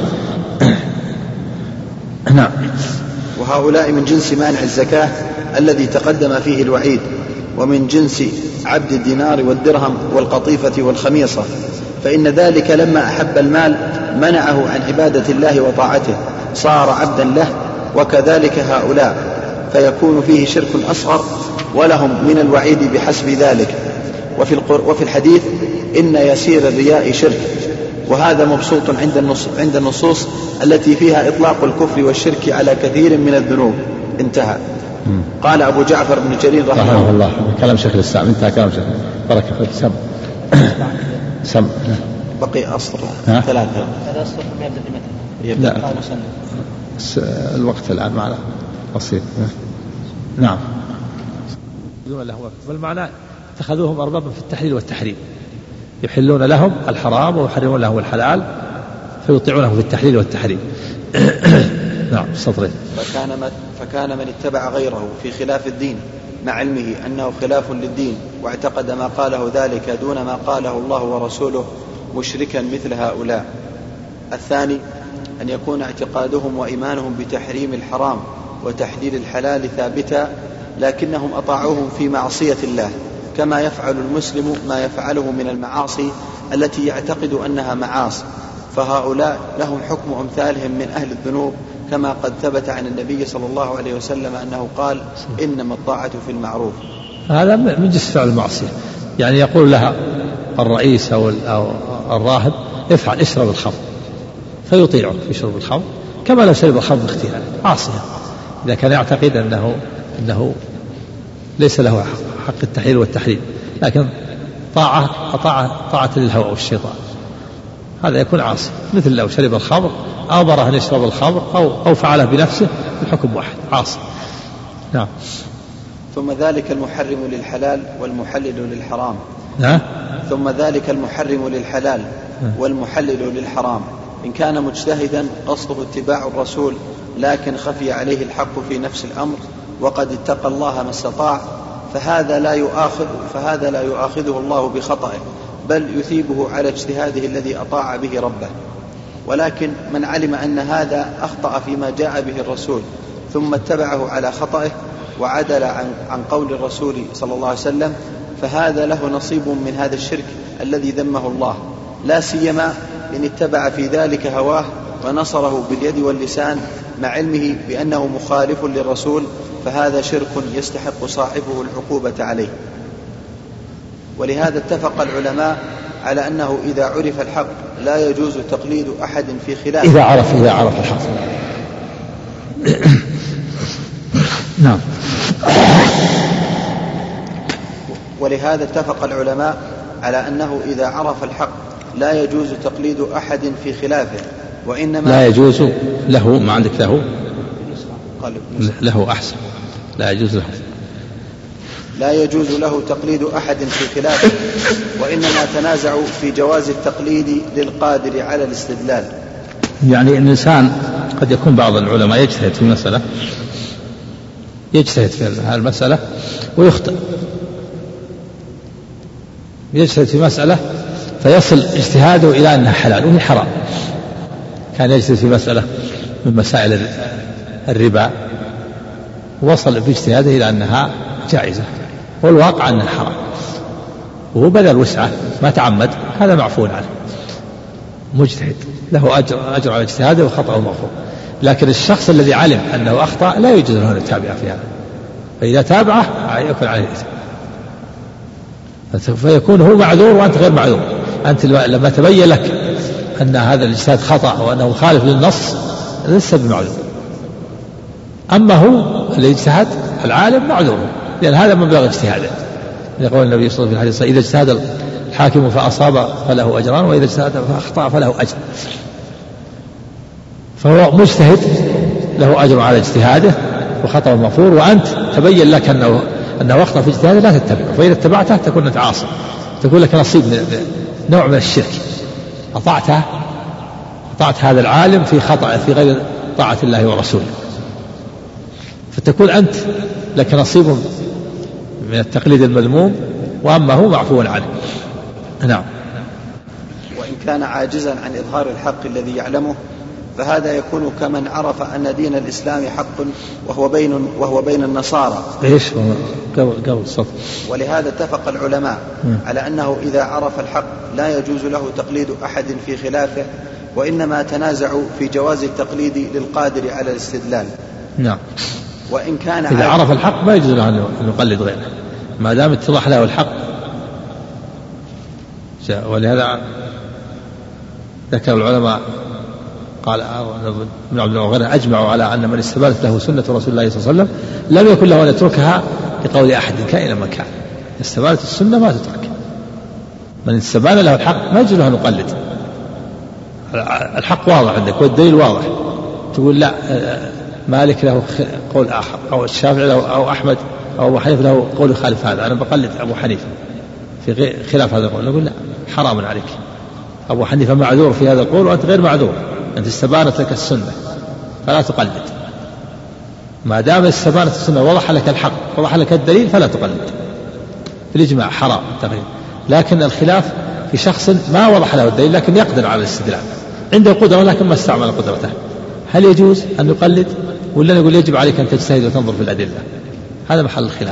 نعم. وهؤلاء من جنس مانع الزكاة الذي تقدم فيه الوعيد، ومن جنس عبد الدينار والدرهم والقطيفة والخميصة، فإن ذلك لما أحب المال منعه عن عبادة الله وطاعته صار عبدا له، وكذلك هؤلاء، فيكون فيه شرك أصغر ولهم من الوعيد بحسب ذلك. وفي الحديث: إن يسير الرياء شرك، وهذا مبسوط عند النصوص التي فيها إطلاق الكفر والشرك على كثير من الذنوب. انتهى. قال أبو جعفر بن جرير رحمه الله. كلام شيخ الإسلام. انتهى كلام شيخ. بارك فيك. سم. بقي أسطر 3. هذا أسطر يبدأ لا. الوقت الآن معنا بسيط. نعم. والمعنى اتخذوهم أربابا في التحليل والتحريم، يحلون لهم الحرام ويحرمون لهم الحلال فيطيعونه في التحليل والتحريم. نعم. سطرين. فكان من اتبع غيره في خلاف الدين مع علمه أنه خلاف للدين واعتقد ما قاله ذلك دون ما قاله الله ورسوله مشركا مثل هؤلاء. الثاني أن يكون اعتقادهم وإيمانهم بتحريم الحرام وتحليل الحلال ثابتا، لكنهم أطاعوهم في معصية الله، كما يفعل المسلم ما يفعله من المعاصي التي يعتقد أنها معاصي، فهؤلاء لهم حكم أمثالهم من أهل الذنوب، كما قد ثبت عن النبي صلى الله عليه وسلم أنه قال: إنما الطاعة في المعروف. هذا من جنس فعل المعصية، يعني يقول لها الرئيس أو الراهب: افعل، اشرب الخمر، فيطيعك في شرب الخمر كما لو شرب الخمر باختياره، عاصية إذا كان يعتقد أنه ليس له حق التحليل والتحريم، لكن طاعة للهوى والشيطان، هذا يكون عاصي. مثل لو شرب الخمر أو أمره أن يشرب الخمر أو فعله بنفسه، الحكم واحد، عاصي. نعم. ثم ذلك المحرم للحلال والمحلل للحرام. نعم. ثم ذلك المحرم للحلال والمحلل للحرام إن كان مجتهدا قصده اتباع الرسول، لكن خفي عليه الحق في نفس الأمر وقد اتقى الله ما استطاع، فهذا لا يؤاخذه الله بخطئه، بل يثيبه على اجتهاده الذي أطاع به ربه. ولكن من علم أن هذا أخطأ فيما جاء به الرسول ثم اتبعه على خطئه وعدل عن قول الرسول صلى الله عليه وسلم، فهذا له نصيب من هذا الشرك الذي ذمه الله، لا سيما إن اتبع في ذلك هواه ونصره باليد واللسان مع علمه بأنه مخالف للرسول، فهذا شرك يستحق صاحبه العقوبة عليه. ولهذا اتفق العلماء على أنه إذا عرف الحق لا يجوز تقليد أحد في خلافه. إذا عرف الحق. نعم. ولهذا اتفق العلماء على أنه إذا عرف الحق لا يجوز تقليد أحد في خلافه، وإنما لا يجوز له، ما عندك له أحسن، لا يجوز له تقليد أحد في خلافه، وإنما تنازعوا في جواز التقليد للقادر على الاستدلال. يعني الإنسان قد يكون بعض العلماء يجتهد في المسألة ويخطئ، يجتهد في مسألة فيصل اجتهاده إلى أنها حلال وهي حرام. كان يجتهد في مسألة من مسائل الربا، وصل باجتهاده إلى أنها جائزة والواقع أنها حرام، وهو بذل وسعه ما تعمد، هذا معفو عنه، مجتهد له أجر على اجتهاده وخطأه مغفور. لكن الشخص الذي علم أنه أخطأ لا يجوز له أن يتابع في هذا، فإذا تابعه يكون عليه الإثم، فيكون هو معذور وأنت غير معذور. أنت لما تبين لك أن هذا الاجتهاد خطأ وأنه مخالف للنص لسه بمعذور، أما هو الاجتهاد العالم معذور، لأن هذا مبلغ اجتهاده. يقول النبي صلى الله عليه وسلم: إذا اجتهد الحاكم فأصاب فله أجران، وإذا اجتهد فأخطأ فله أجر. فهو مجتهد له أجر على اجتهاده وخطأ مغفور، وأنت تبين لك أنه أخطأ في اجتهاده لا تتبعه، فإذا اتبعته تكون أنت عاصي، تكون لك نصيب نوع من الشرك، أطعت هذا العالم في خطأ في غير طاعة الله ورسوله، فتكون أنت لك نصيب من التقليد المذموم، وأما هو معفو عنه. نعم. وإن كان عاجزا عن إظهار الحق الذي يعلمه، فهذا يكون كمن عرف أن دين الإسلام حق وهو بين النصارى. إيش قبل الصف. ولهذا اتفق العلماء على أنه إذا عرف الحق لا يجوز له تقليد أحد في خلافه، وإنما تنازعوا في جواز التقليد للقادر على الاستدلال. نعم. وإن كان إذا عرف الحق ما يجوز له أن يقلد غيره ما دام اتضح له الحق. ولهذا ذكر العلماء قال ابن عبد الوهاب أجمعوا على أن من استبانت له سنة رسول الله صلى الله عليه وسلم لم يكن له أن يتركها لقول أحد كائنا من كان. استبانت السنة ما تترك، من استبان له الحق ما يجوز له أن يقلد. الحق واضح عندك والدليل واضح، تقول لا مالك له قول آخر، أو الشافعي له، أو أحمد أو أبو حنيفة له قول يخالف هذا، أنا بقلد أبو حنيفة في خلاف هذا القول. نقول لا، حرام عليك، أبو حنيفة معذور في هذا القول وأنت غير معذور، أنت استبانت لك السنة فلا تقلد. ما دام استبانت السنة وضح لك الحق وضح لك الدليل فلا تقلد بالإجماع حرام تقليد. لكن الخلاف في شخص ما وضح له الدليل لكن يقدر على الاستدلال، عنده قدرة لكن ما استعمل قدرته، هل يجوز أن يقلد ولا نقول يجب عليك أن تجتهد وتنظر في الأدلة؟ هذا محل الخلاف.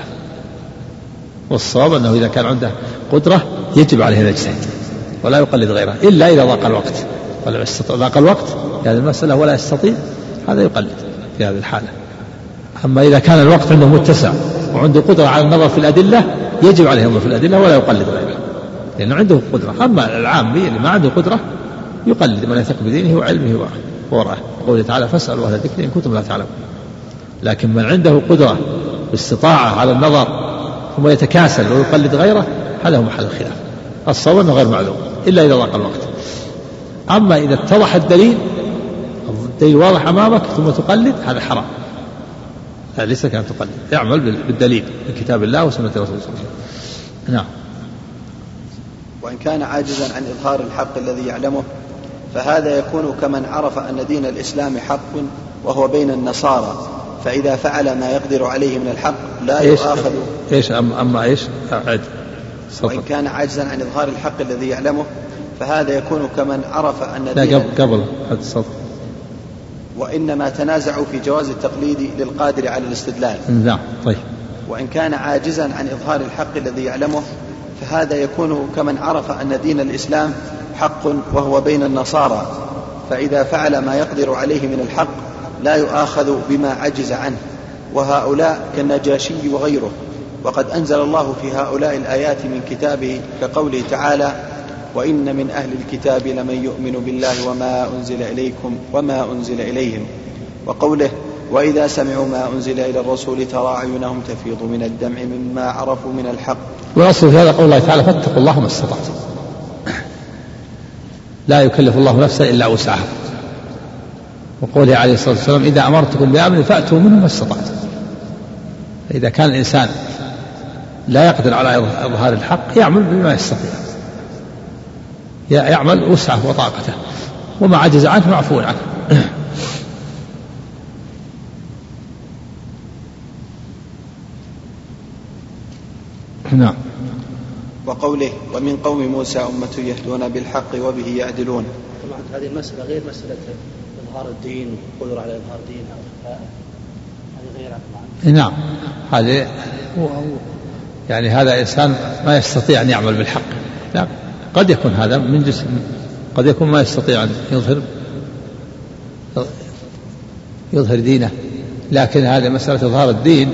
والصواب أنه إذا كان عنده قدرة يجب عليه أن يجتهد ولا يقلد غيره إلا إذا ضاق الوقت، ولا يستطيع ضاق الوقت في هذه المسألة ولا يستطيع هذا يقلد في هذه الحالة. أما إذا كان الوقت عنده متسع وعنده قدرة على النظر في الأدلة يجب عليه النظر في الأدلة ولا يقلد غيره لأنه عنده قدرة. أما العامي اللي ما عنده قدرة يقلد من يثق بدينه وعلمه ورعاه، قوله تعالى فاسألوا أهل الذكر إن كنتم لا تعلمون. لكن من عنده قدرة واستطاعة على النظر ثم يتكاسل ويقلد غيره هذا هو محل الخلاف. الصواب أنه غير معلوم إلا إذا ضاق الوقت. أما إذا اتضح الدليل واضح أمامك ثم تقلد هذا حرام، هذا ليس كان تقلد، اعمل بالدليل من كتاب الله وسنة رسوله صلى الله عليه وسلم. نعم. وإن كان عاجزا عن إظهار الحق الذي يعلمه فهذا يكون كمن عرف أن دين الإسلام حق وهو بين النصارى، فإذا فعل ما يقدر عليه من الحق لا يؤاخذ. أما إيش؟ أعد. وإن كان عاجزا عن إظهار الحق الذي يعلمه فهذا يكون كمن عرف أن دين قبل هذا الصوت. وإنما تنازعوا في جواز التقليد للقادر على الاستدلال. نعم. طيب. وإن كان عاجزا عن إظهار الحق الذي يعلمه فهذا يكون كمن عرف أن دين الإسلام حق وهو بين النصارى، فإذا فعل ما يقدر عليه من الحق لا يؤاخذ بما عجز عنه، وهؤلاء كالنجاشي وغيره. وقد أنزل الله في هؤلاء الآيات من كتابه كقوله تعالى وإن من أهل الكتاب لمن يؤمن بالله وما أنزل إليكم وما أنزل إليهم، وقوله وإذا سمعوا ما أنزل إلى الرسول ترى أعينهم تفيض من الدمع مما عرفوا من الحق. وأصل في هذا قول الله تعالى فاتقوا الله ما استطعتم، لا يكلف الله نفسا إلا وسعها. وقوله عليه الصلاة والسلام إذا أمرتكم بأمر فأتوا منه ما استطعتم. فإذا كان الإنسان لا يقدر على إظهار الحق يعمل بما يستطيع، يعمل وسعه وطاقته، وما عجز عنه معفو عنه. نعم. وقوله ومن قوم موسى أمة يهدون بالحق وبه يعدلون. طبعا هذه المسألة غير مسألة إظهار الدين والقدرة على إظهار الدين أو إخفاءه، هذه غير طبعا. نعم. هذا يعني هذا إنسان ما يستطيع أن يعمل بالحق. لا، قد يكون هذا من جسم، قد يكون ما يستطيع أن يظهر دينه، لكن هذا مسألة إظهار الدين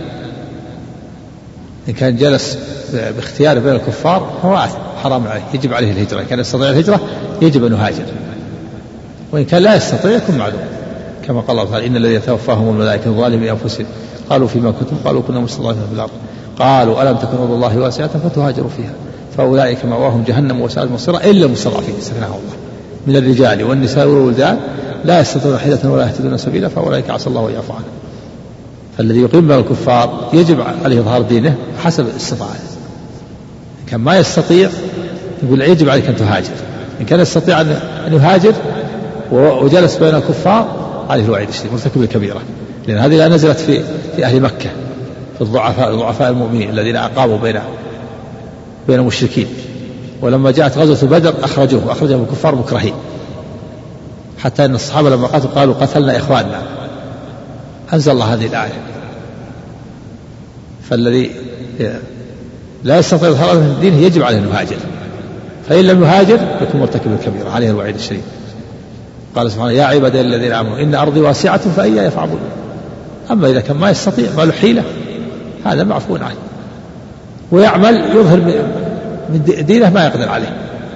إن كان جلس باختيار بين الكفار هو حرام عليه، يجب عليه الهجرة. إن كان يستطيع الهجرة يجب أن يهاجر، وإن كان لا يستطيع يكون معلوم، كما قال الله تعالى إن الذين يتوفاهم الملائكة ظالمي أنفسهم قالوا فيما كنتم قالوا كنا مستضعفين في الأرض قالوا ألم تكن أرض الله واسعة فتهاجروا فيها فأولئك مأواهم جهنم وساءت مصيرا إلا المستضعفين استثناهم الله من الرجال والنساء والولدان لا يستطيعون حيلة ولا يهتدون سبيلا فأولئك عسى الله أن يعفو عنهم. فالذي يقيم بين الكفار يجب عليه إظهار دينه حسب الاستطاعة. إن كان ما يستطيع يقول يجب عليك أن تهاجر، إن كان يستطيع أن يهاجر وجلس بين الكفار عليه الوعيد الشديد مرتكب الكبيرة، لأن هذه لا نزلت في أهل مكة في ضعفاء المؤمنين الذين أقاموا بين المشركين، ولما جاءت غزوة بدر أخرجهم الكفار مكرهين، حتى أن الصحابة لما قالوا قتلنا إخواننا أنزل الله هذه الآية. فالذي لا يستطيع إظهار دينه يجب عليه أن يهاجر، فإن لم يهاجر يكون مرتكب الكبيرة عليه الوعيد الشديد. قال سبحانه يا عبادي الذين آمنوا إن أرضي واسعة فإياي فاعبدون. أما إذا كان ما يستطيع ما له حيلة هذا معفو عنه، ويعمل يظهر من دينه ما يقدر عليه،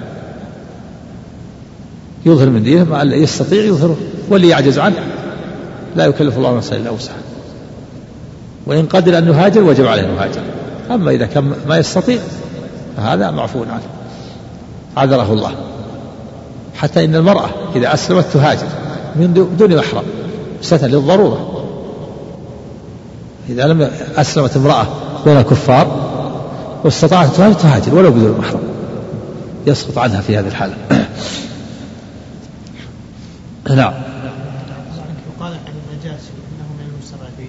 يظهر من دينه ما يستطيع يظهره، واللي يعجز عنه لا يكلف الله نفسا إلا وسعها، وإن قدر أن يهاجر وجب عليه أن يهاجر. أما إذا كان ما يستطيع فهذا معفو عنه عذره الله. حتى إن المرأة إذا أسلمت تهاجر من دون محرم ستر للضرورة. إذا لم أسلمت امرأة بين الكفار واستطاعت تهاجر ولو بدون محرم يسقط عنها في هذه الحالة. نعم. وقال عن النجاشي إنه من المستضعفين المسلمين؟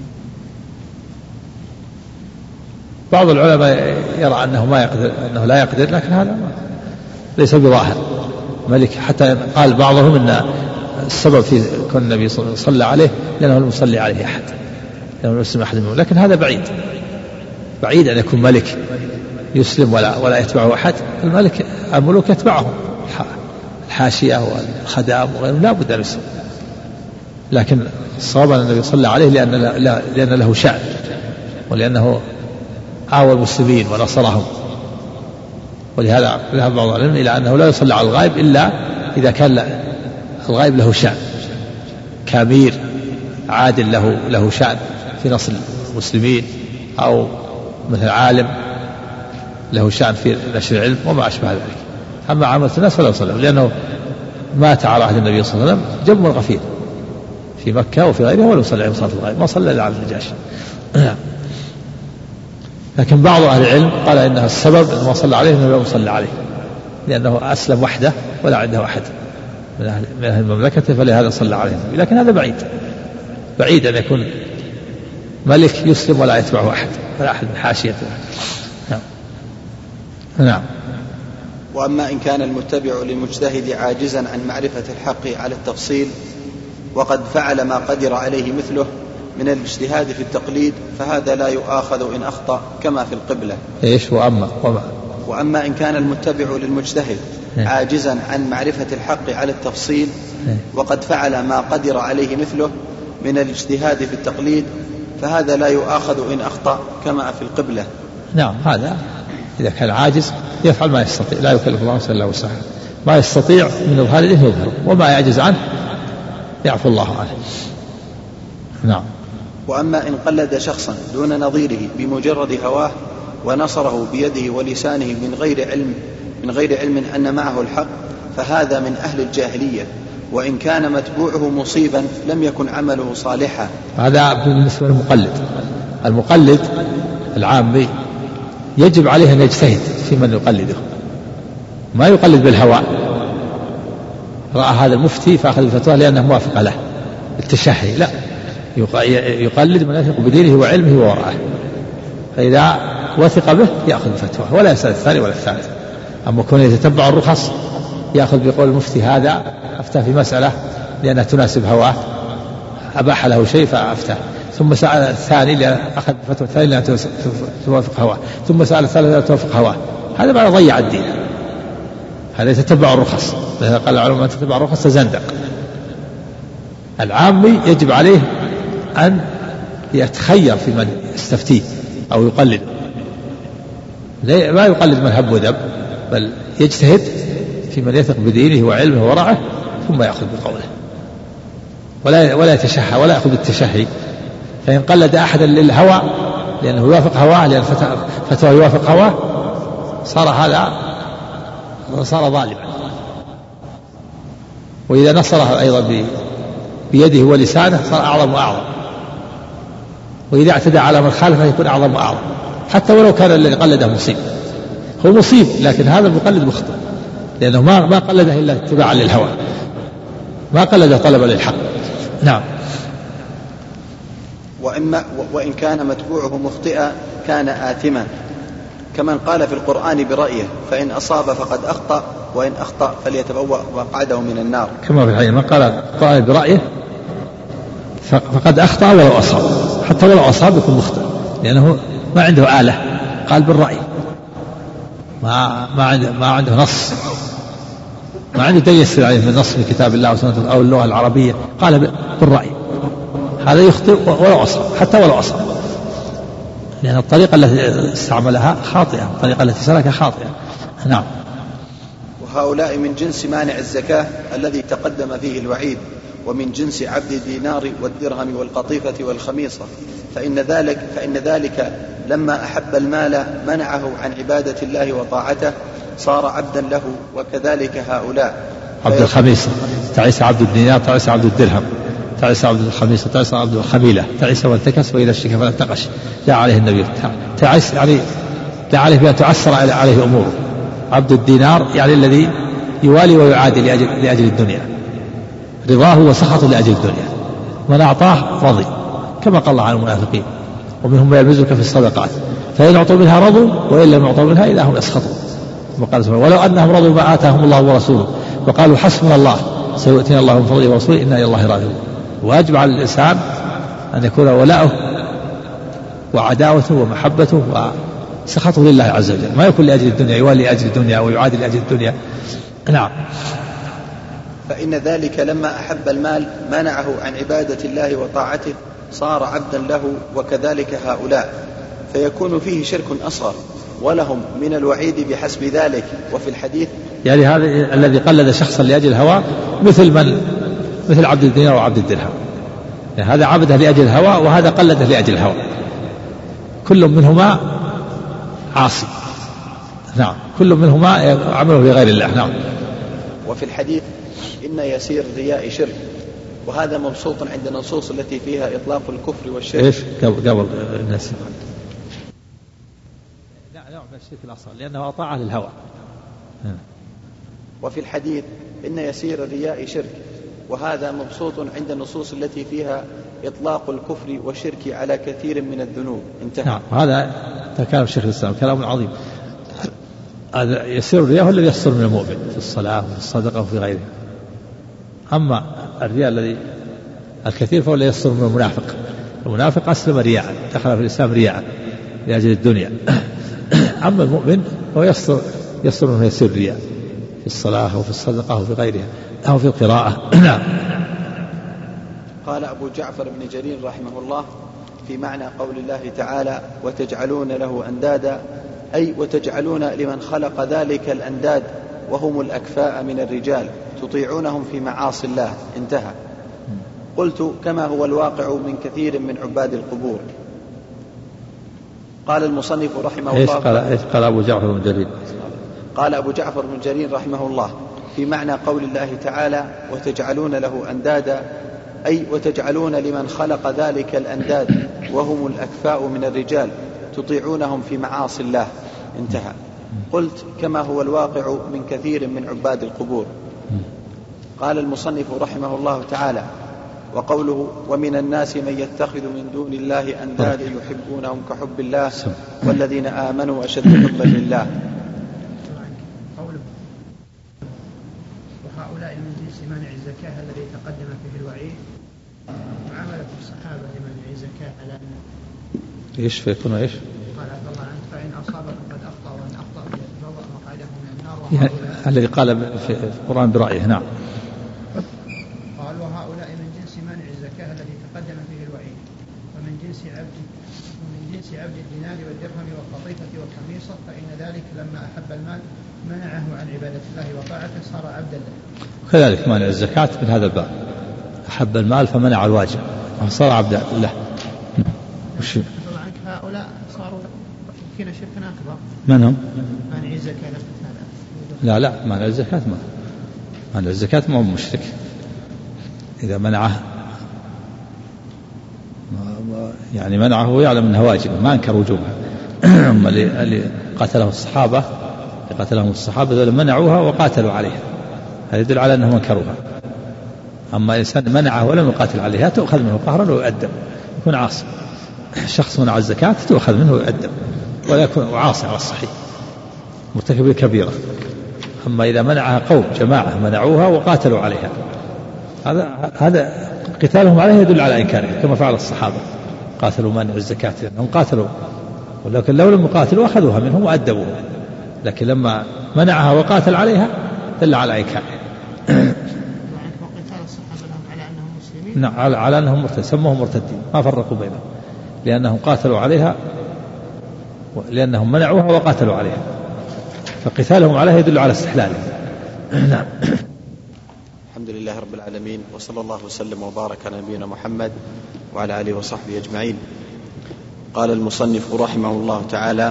بعض العلماء يرى أنه ما يقدر، أنه لا يقدر، لكن هذا ليس بظاهر ملك. حتى قال بعضهم أن السبب في كون النبي صلى عليه لأنه لم يصلي عليه أحد، لأنه يسلم أحد منهم، لكن هذا بعيد أن يكون ملك يسلم ولا يتبعه أحد. الملوك يتبعهم الحاشية والخدام وغيرهم، لا بد أن يسلم. لكن الصواب أن النبي صلى عليه لأن له شأن، ولأنه آوى المسلمين ونصرهم. ولهذا ذهب بعض العلماء إلى أنه لا يصلى على الغائب إلا إذا كان الغائب له شأن كامير عادل له شأن في نصر المسلمين، أو مثل عالم له شأن في نشر العلم وما أشبه ذلك. أما عامة الناس فلا يصلى، لأنه مات على عهد النبي صلى الله عليه وسلم جم الغفير في مكة وفي غيرها ولا يصلي عليه صلاة الغائب، ما صلى إلا على النجاشي. لكن بعض أهل العلم قال إنها السبب أنه ما صلى عليه أنه لم يصلى عليه، لأنه أسلم وحده ولا عنده أحد من أهل المملكة، فلهذا صلى عليه النبي. لكن هذا بعيد أن يكون ملك يسلم ولا يتبعه أحد ولا أحد من حاشيته. نعم. وأما إن كان المتبع للمجتهد عاجزا عن معرفة الحق على التفصيل وقد فعل ما قدر عليه مثله من الاجتهاد في التقليد، فهذا لا يؤاخذ إن أخطأ كما في القبلة. إيش وأما إن كان المتبع للمجتهد عاجزا عن معرفة الحق على التفصيل وقد فعل ما قدر عليه مثله من الاجتهاد في التقليد، فهذا لا يؤاخذ إن أخطأ كما في القبلة. نعم، هذا إذا كان عاجز يفعل ما يستطيع، لا يكلف الله نفسا إلا وسعها، ما يستطيع من الظهر يظهر، وما يعجز عنه يعفو الله عنه. نعم. وأما إن قلد شخصا دون نظيره بمجرد هواه ونصره بيده ولسانه من غير علم أن معه الحق، فهذا من أهل الجاهلية، وإن كان متبوعه مصيبا لم يكن عمله صالحا. هذا بالنسبة المقلد العامي يجب عليه أن يجتهد في من يقلده، ما يقلد بالهوى. رأى هذا المفتي فأخذ الفتوى لأنه موافق له التشهي، لا، يقلد من يثق بدينه وعلمه وورعه، فإذا وثق به يأخذ الفتوى ولا يسأل الثاني ولا الثالث. أما كون يتتبع الرخص يأخذ بقول المفتي هذا أفتى في مسألة لأنها تناسب هواه، أباح له شيء فأفتى، ثم سأل الثاني أخذ فتوى الثاني لأنها توافق هواه، ثم سأل الثالث لأنها توافق هواه، هذا بعد ضيع الدين. هذا يتتبع الرخص، قال العلماء من تتبع الرخص تزندق. العامي يجب عليه أن يتخير في من يستفتيه أو يقلد، لا يقلد من هب ودب، بل يجتهد في من يثق بدينه وعلمه ورعه ثم يأخذ بقوله، ولا يتشهى ولا يأخذ بالتشهي. فإن قلد أحدا للهوى لأنه يوافق هواه، لأن فتوى يوافق هواه، صار ظالما. وإذا نصره أيضا بيده ولسانه صار أعظم وأعظم، وإذا اعتدى على من خالفه يكون أعظم وأعظم، حتى ولو كان الذي قلده مصيب، هو مصيب لكن هذا المقلد مخطئ، لأنه ما قلده إلا اتباعا للهوى، ما قلده طلبا للحق. نعم. وإن كان متبوعه مخطئا كان آثما، كمن قال في القرآن برأيه فإن أصاب فقد أخطأ وإن أخطأ فليتبوأ مقعده من النار. كما في الحديث من قال القرآن برأيه فقد أخطأ ولو أصاب، حتى ولو أصاب يكون مخطئ، لأنه ما عنده آلة، قال بالرأي، ما عنده نص، ما عنده دليل يسير عليه من نص من كتاب الله وسنة أو اللغة العربية، قال بالرأي، هذا يخطئ ولو أصاب، حتى ولو أصاب، لأن الطريقة التي استعملها خاطئة، الطريقة التي سلكها خاطئة. نعم. وهؤلاء من جنس مانع الزكاة الذي تقدم فيه الوعيد، ومن جنس عبد الدينار والدرهم والقطيفة والخميصة، فإن ذلك لما أحب المال منعه عن عبادة الله وطاعته، صار عبدا له. وكذلك هؤلاء عبد الخميصة، تعيس عبد الدينار، تعيس عبد الدرهم، تعيس عبد الخميصة، تعيس عبد الخميلة، تعيس وانتكس وإذا اشتكى فلا انتقش، لا عليه النبي، تعيس يعني لا عليه بأن تعسر عليه أموره. عبد الدينار يعني الذي يوالي ويعادي لأجل الدنيا، رضاه وسخط لأجل الدنيا، من أعطاه رضي، كما قال الله عن المنافقين ومنهم من يلمزك في الصدقات فإن أعطوا منها رضوا وإن لم يعطوا منها إذا هم يسخطون. ولو أنهم رضوا ما آتاهم الله ورسوله وقالوا حسبنا الله سيؤتينا الله من فضله ورسوله إنا إلى الله راغبون. واجب على الإنسان أن يكون ولاؤه وعداوته ومحبته وسخطه لله عز وجل، ما يكون لأجل الدنيا يوالي لأجل الدنيا ويعادي لأجل الدنيا. نعم. فإن ذلك لما أحب المال منعه عن عبادة الله وطاعته صار عبدا له، وكذلك هؤلاء، فيكون فيه شرك أصغر ولهم من الوعيد بحسب ذلك. وفي الحديث يعني هذا الذي قلد شخصا لأجل الهوى مثل عبد الدينار وعبد الدرهم، يعني هذا عبده لأجل الهوى وهذا قلده لأجل الهوى، كل منهما عاصي. نعم، كل منهما عمله لغير الله. نعم. وفي الحديث إن يسير الرياء شرك، وهذا مبسوط عند النصوص التي فيها إطلاق الكفر والشرك. إيش قبل الناس؟ لا من الشرك الأصغر لأنه أطاع للهوى. وفي الحديث إن يسير الرياء شرك، وهذا مبسوط عند النصوص التي فيها إطلاق الكفر والشرك على كثير من الذنوب. انتهى. نعم، هذا كلام الشيخ الإسلام كلام عظيم. هذا يسير الرياء هو الذي يصدر من المؤمن في الصلاة وفي الصدقة وفي غيره. أما الرياء الذي الكثير فهو الذي يصدر من المنافق. المنافق أسلم رياء، دخل في الإسلام رياء لأجل الدنيا. أما المؤمن هو يصدر منه يسير الرياء في الصلاة وفي الصدقة وفي غيرها أو في القراءة. قال أبو جعفر بن جرير رحمه الله في معنى قول الله تعالى وتجعلون له أندادا، أي وتجعلون لمن خلق ذلك الأنداد وهم الأكفاء من الرجال تطيعونهم في معاصي الله. انتهى. قلت كما هو الواقع من كثير من عباد القبور. قال المصنف رحمه الله إيش قال أبو جعفر بن جرير؟ قال أبو جعفر بن جرير رحمه الله في معنى قول الله تعالى وتجعلون له أندادا، أي وتجعلون لمن خلق ذلك الأنداد وهم الأكفاء من الرجال تطيعونهم في معاصي الله. انتهى. قلت كما هو الواقع من كثير من عباد القبور. قال المصنف رحمه الله تعالى وقوله ومن الناس من يتخذ من دون الله أندادا يحبونهم كحب الله والذين آمنوا أشد حبا لله. وهؤلاء من جنس مانع الزكاة الذي تقدم فيه الوعيد، معاملة الصحابة لمانع الزكاة على أن إيش فيكون إيش؟ قال عبد الله عنه فإن أصابكم قد أخطأ وإن أخطأ فليتبوأ مقعده من النار. يعني الذي قال في القرآن برأيه. نعم. قال وهؤلاء من جنس مانع الزكاة الذي تقدم فيه الوعيد، ومن جنس عبد الدينار والدرهم والقطيفة والخميصة، فإن ذلك لما أحب المال منعه عن عبادة الله وطاعته صار عبدا له. كذلك مانع الزكاة من هذا الباب، أحب المال فمنع الواجب فصار عبدا له. هؤلاء صاروا فينا شركا أكبر. من هم؟ مانع الزكاة. لا مانع الزكاة مانع الزكاة ما هو مشرك إذا منعه، يعني منعه يعلم أنها واجبة ما أنكر وجوبها. أما اللي قاتلهم الصحابة منعوها وقاتلوا عليها، هذا يدل على أنهم انكروها. أما إنسان منعه ولم يقاتل عليها تؤخذ منه قهرا ويؤدب، يكون عاصي. شخص منع الزكاة تؤخذ منه ويؤدب ولا يكون عاصي على الصحيح مرتكب كبيرة. أما إذا منعها قوم جماعة منعوها وقاتلوا عليها هذا قتالهم عليها يدل على إنكارها كما فعل الصحابة، قاتلوا مانع الزكاة لأنهم قاتلوا، ولكن لو لم يقاتلوا أخذوها منهم وأدبوها، لكن لما منعها وقاتل عليها دل على إنكارها. نعم على أنهم مرتدين، سموهم مرتدين ما فرقوا بينهم، لأنهم قاتلوا عليها لأنهم منعوها وقاتلوا عليها، فقتالهم عليها يدل على استحلالها. نعم. الحمد لله رب العالمين، وصلى الله وسلم وبارك على نبينا محمد وعلى آله وصحبه أجمعين. قال المصنف رحمه الله تعالى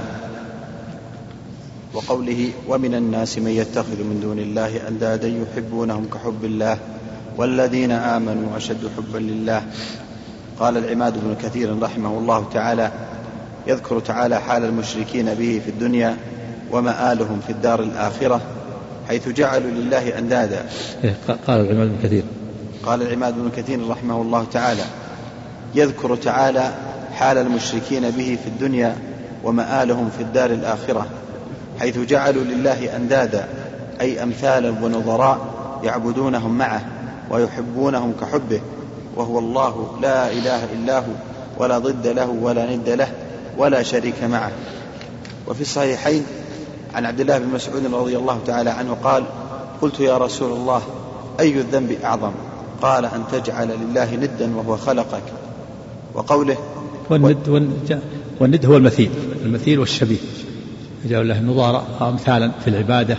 وقوله ومن الناس من يتخذ من دون الله أندادا يحبونهم كحب الله والذين آمنوا أشد حبا لله. قال العماد بن كثير رحمه الله تعالى يذكر تعالى حال المشركين به في الدنيا ومآلهم في الدار الآخرة حيث جعلوا لله أندادا. قال العماد بن كثير رحمه الله تعالى يذكر تعالى حال المشركين به في الدنيا ومآلهم في الدار الآخرة، حيث جعلوا لله أندادا أي أمثالا ونظراء يعبدونهم معه ويحبونهم كحبه، وهو الله لا إله إلا هو ولا ضد له ولا ند له ولا شريك معه. وفي الصحيحين عن عبد الله بن مسعود رضي الله تعالى عنه قال: قلت يا رسول الله أي الذنب أعظم؟ قال: أن تجعل لله ندا وهو خلقك. وقوله والند هو المثيل والشبيه، يجعل له نظارة أمثالا في العبادة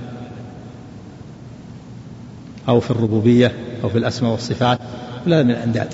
أو في الربوبية أو في الأسماء والصفات، لا من الأنداد.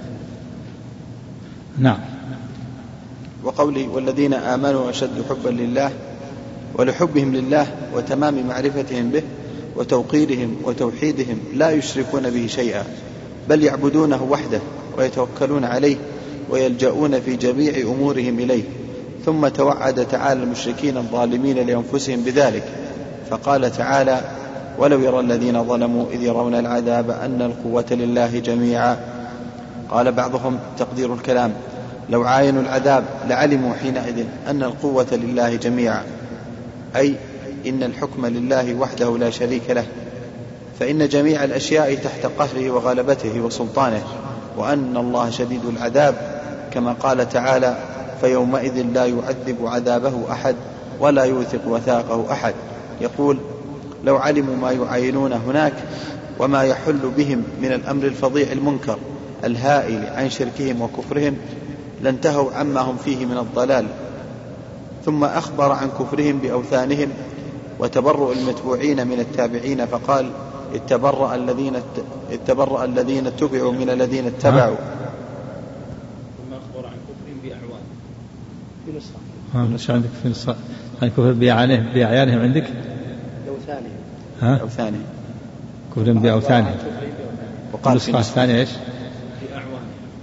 نعم. وقوله: والذين آمنوا أشد حبا لله، ولحبهم لله وتمام معرفتهم به وتوقيرهم وتوحيدهم لا يشركون به شيئا، بل يعبدونه وحده ويتوكلون عليه ويلجؤون في جميع أمورهم إليه. ثم توعد تعالى المشركين الظالمين لأنفسهم بذلك، فقال تعالى: ولو يرى الذين ظلموا إذ يرون العذاب أن القوة لله جميعا. قال بعضهم تقدير الكلام: لو عاينوا العذاب لعلموا حينئذ أن القوة لله جميعا، أي إن الحكم لله وحده لا شريك له، فإن جميع الأشياء تحت قهره وغلبته وسلطانه، وأن الله شديد العذاب، كما قال تعالى: فيومئذ لا يعذب عذابه أحد ولا يوثق وثاقه أحد. يقول: لو علموا ما يعاينون هناك وما يحل بهم من الأمر الفظيع المنكر الهائل عن شركهم وكفرهم لانتهوا عما هم فيه من الضلال. ثم أخبر عن كفرهم بأوثانهم وتبرؤ المتبوعين من التابعين، فقال: اتبرأ الذين اتبعوا من الذين اتبعوا. ثم أخبر عن كفرهم بأعوان في نسخة. مش عندك في نسخة عن كفر بأعيانهم عندك؟ أوثانهم. كفرهم بأوثانهم. وقال في النسخة الثانية إيش؟ بأعوان.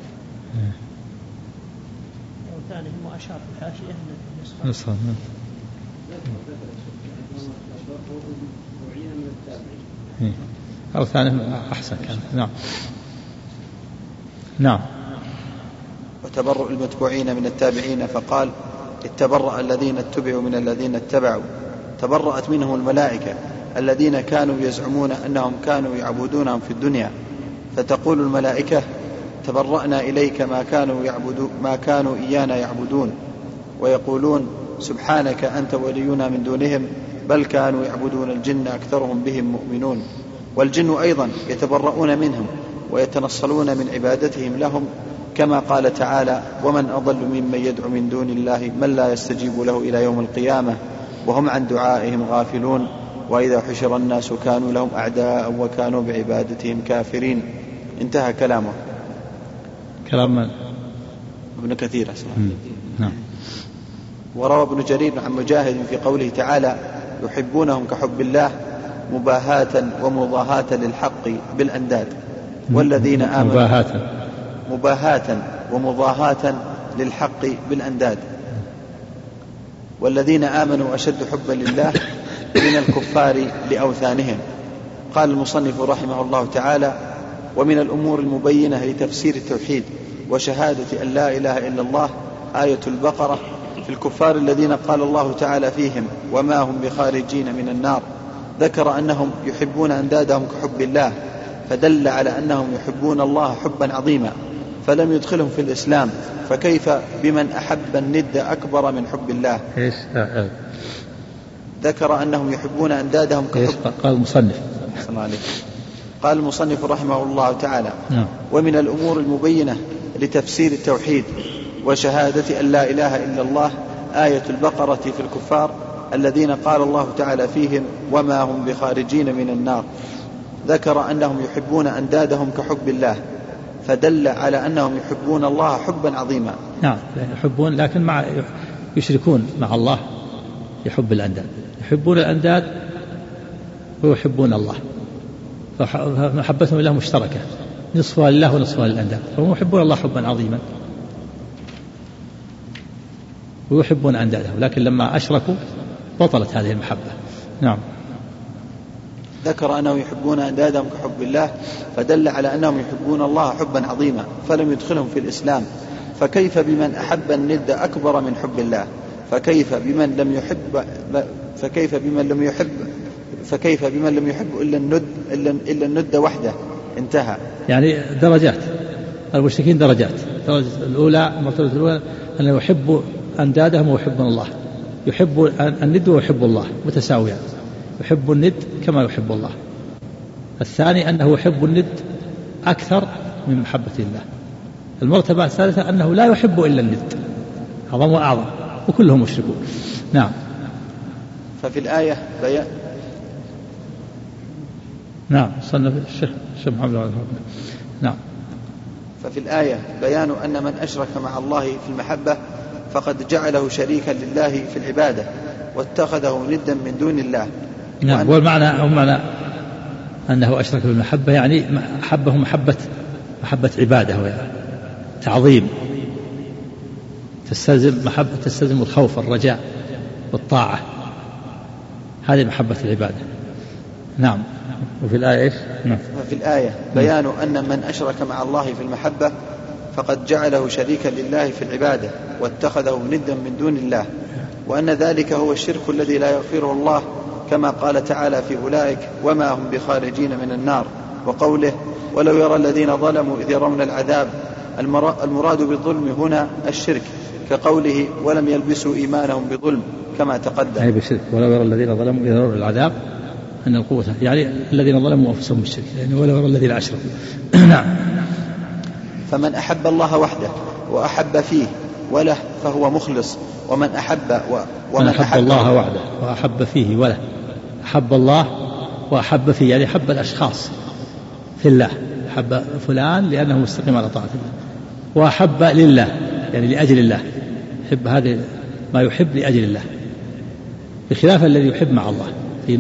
أوثانهم وأشار في الحاشية نسخة. أوثانهم أحسن كان. نعم. وتبرؤ المتبوعين من التابعين، فقال: اتبرأ الذين اتبعوا من الذين اتبعوا. تبرأت منهم الملائكة الذين كانوا يزعمون أنهم كانوا يعبدونهم في الدنيا، فتقول الملائكة: تبرأنا إليك ما كانوا إيانا يعبدون. ويقولون: سبحانك أنت ولينا من دونهم، بل كانوا يعبدون الجن أكثرهم بهم مؤمنون. والجن أيضا يتبرؤون منهم ويتنصلون من عبادتهم لهم، كما قال تعالى: ومن أضل ممن يدعو من دون الله من لا يستجيب له إلى يوم القيامة وهم عن دعائهم غافلون، وإذا حشر الناس كانوا لهم أعداء وكانوا بعبادتهم كافرين. انتهى كلامه. كلام من؟ ابن كثير. نعم. وروى ابن جرير عن مجاهد في قوله تعالى: يحبونهم كحب الله مباهاة ومضاهاة للحق بالأنداد. والذين آمنوا مباهاة ومضاهاة للحق بالأنداد. والذين آمنوا أشد حبا لله من الكفار لأوثانهم. قال المصنف رحمه الله تعالى: ومن الأمور المبينة لتفسير التوحيد وشهادة أن لا إله إلا الله آية البقرة في الكفار الذين قال الله تعالى فيهم: وما هم بخارجين من النار. ذكر أنهم يحبون أندادهم كحب الله، فدل على أنهم يحبون الله حبا عظيما، فلم يدخلهم في الإسلام، فكيف بمن أحب الند أكبر من حب الله؟ ذكر أنهم يحبون أندادهم كحب. قال المصنف قال المصنف رحمه الله تعالى: ومن الأمور المبينة لتفسير التوحيد وشهادة أن لا إله إلا الله آية البقرة في الكفار الذين قال الله تعالى فيهم: وما هم بخارجين من النار. ذكر أنهم يحبون أندادهم كحب الله، فدل على أنهم يحبون الله حبا عظيما. نعم، يحبون لكن يشركون مع الله يحب الأنداد، يحبون الأنداد ويحبون الله، فمحبتهم لله مشتركة، نصفها لله ونصفها للأنداد، فهم يحبون الله حبا عظيما ويحبون أندادهم، لكن لما أشركوا بطلت هذه المحبة. نعم. ذكر أنهم يحبون أندادهم كحب الله، فدل على أنهم يحبون الله حبا عظيما فلم يدخلهم في الإسلام. فكيف بمن أحب الند أكبر من حب الله؟ فكيف بمن لم يحب إلا الند وحده؟ انتهى. يعني درجات المشركين، درجات. الدرجة الأولى، المرتبة الأولى أنه يحب أندادهم ويحبون الله، يحب الند ويحب الله متساويان، يحب الند كما يحب الله. الثاني أنه يحب الند أكثر من محبة الله. المرتبة الثالثة أنه لا يحب إلا الند، أعظم وأعظم، وكلهم مشركون. نعم. ففي الآية بيان. نعم، صنف الشيخ محمد. نعم. ففي الآية بيان أن من أشرك مع الله في المحبة فقد جعله شريكا لله في العبادة واتخذه ندا من دون الله. نعم. والمعنى أنه أشرك بالمحبة، يعني أحبه محبة عبادة وتعظيم، تستلزم الخوف والرجاء والطاعة، هذه محبة العبادة. نعم. وفي الآية إيش؟ نعم. وفي الآية بيان أن من أشرك مع الله في المحبة فقد جعله شريكا لله في العبادة واتخذه ندا من دون الله، وأن ذلك هو الشرك الذي لا يغفره الله، كما قال تعالى في أولئك وما هم بخارجين من النار. وقوله ولو يرى الذين ظلموا إذ يرون العذاب، المراد بالظلم هنا الشرك، كقوله ولم يلبسوا إيمانهم بظلم كما تقدم. أي بالشرك. ولو يرى الذين ظلموا إذ يرون العذاب أن القوة، يعني الذين ظلموا أنفسهم بالشرك، يعني ولو يرى الذين أشركوا. نعم. فمن أحب الله وحده وأحب فيه وله فهو مخلص، ومن أحب الله وحده وأحب فيه وله، أحب الله وأحب فيه، يعني أحب الأشخاص في الله، أحب فلان لأنه مستقيم على طاعة الله، وأحب لله يعني لأجل الله، يحب هذا ما يحب لأجل الله، بخلاف الذي يحب مع الله، في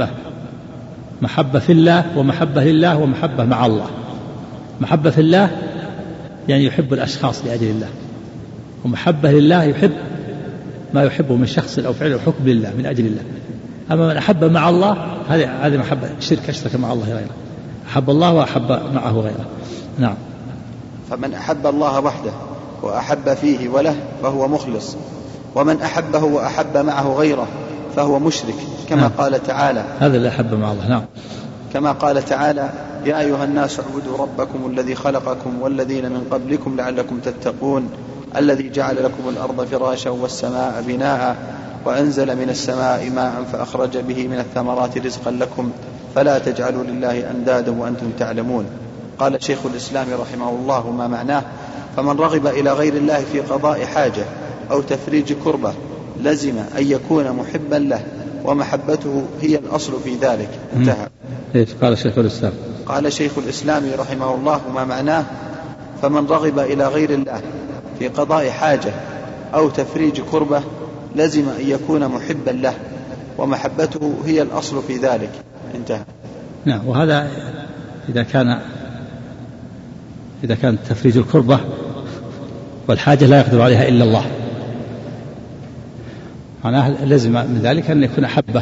محبة في الله ومحبة لله ومحبة مع الله. محبة في الله يعني يحب الأشخاص لأجل الله، ومحبة لله يحب ما يحبه من شخص أو فعل أو حكم لله من أجل الله. أما من أحب مع الله هذه محبة شرك، أشرك مع الله غيره، أحب الله وأحب معه غيره. نعم. فمن أحب الله وحده وأحب فيه وله فهو مخلص، ومن أحبه وأحب معه غيره فهو مشرك، كما قال تعالى هذا اللي أحب مع الله. نعم. كما قال تعالى يا أيها الناس اعبدوا ربكم الذي خلقكم والذين من قبلكم لعلكم تتقون الذي جعل لكم الأرض فراشا والسماء بناء وأنزل من السماء ماء فأخرج به من الثمرات رزقا لكم فلا تجعلوا لله أندادا وأنتم تعلمون. قال شيخ الإسلام رحمه الله ما معناه: فمن رغب إلى غير الله في قضاء حاجة أو تفريج كربة لزم أن يكون محبا له، ومحبته هي الأصل في ذلك. انتهى. قال شيخ الإسلام. قال شيخ الإسلام رحمه الله ما معناه: فمن رغب إلى غير الله في قضاء حاجة أو تفريج كربة لزم أن يكون محبا له، ومحبته هي الأصل في ذلك. انتهى. نعم. وهذا إذا كان تفريج الكربة والحاجة لا يقدر عليها إلا الله، معناه لازم من ذلك أن يكون أحبه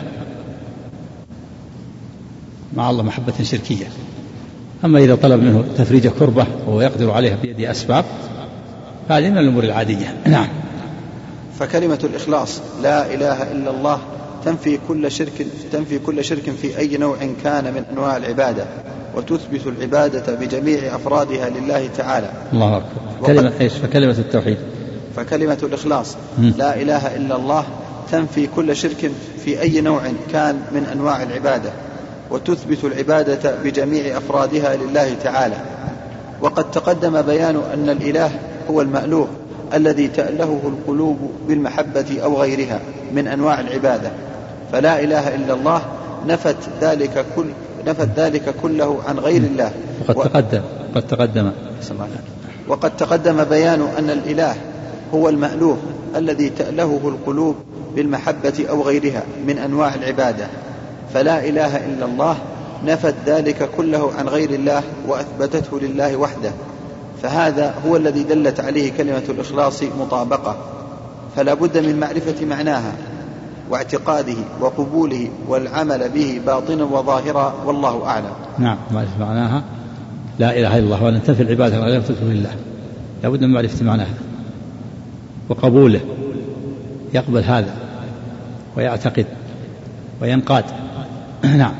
مع الله محبة شركية. أما إذا طلب منه تفريج كربة وهو يقدر عليها بيد أسباب فهذه من الأمور العادية. نعم. فكلمة الإخلاص لا إله إلا الله تنفي كل شرك في أي نوع كان من أنواع العبادة، وتثبت العبادة بجميع أفرادها لله تعالى. الله أكبر. فكلمة التوحيد، فكلمة الإخلاص لا إله إلا الله تنفي كل شرك في أي نوع كان من أنواع العبادة، وتثبت العبادة بجميع أفرادها لله تعالى. وقد تقدم بيان أن الإله هو المألوه الذي تألهه القلوب بالمحبة أو غيرها من أنواع العبادة، فلا إله إلا الله نفت ذلك كله عن غير الله. وقد تقدم بيان أن الإله هو المألوه الذي تألهه القلوب بالمحبة أو غيرها من أنواع العبادة، فلا إله إلا الله نفت ذلك كله عن غير الله وأثبتته لله وحده، فهذا هو الذي دلت عليه كلمة الإخلاص مطابقة، فلا بد من معرفة معناها. واعتقاده وقبوله والعمل به باطنا وظاهرا، والله أعلم. نعم، معرفة معناها لا إله إلا الله، وأن تنفي العبادة غير تشرك بالله، لا بد من معرفة معناها وقبوله، يقبل هذا ويعتقد وينقاد. نعم،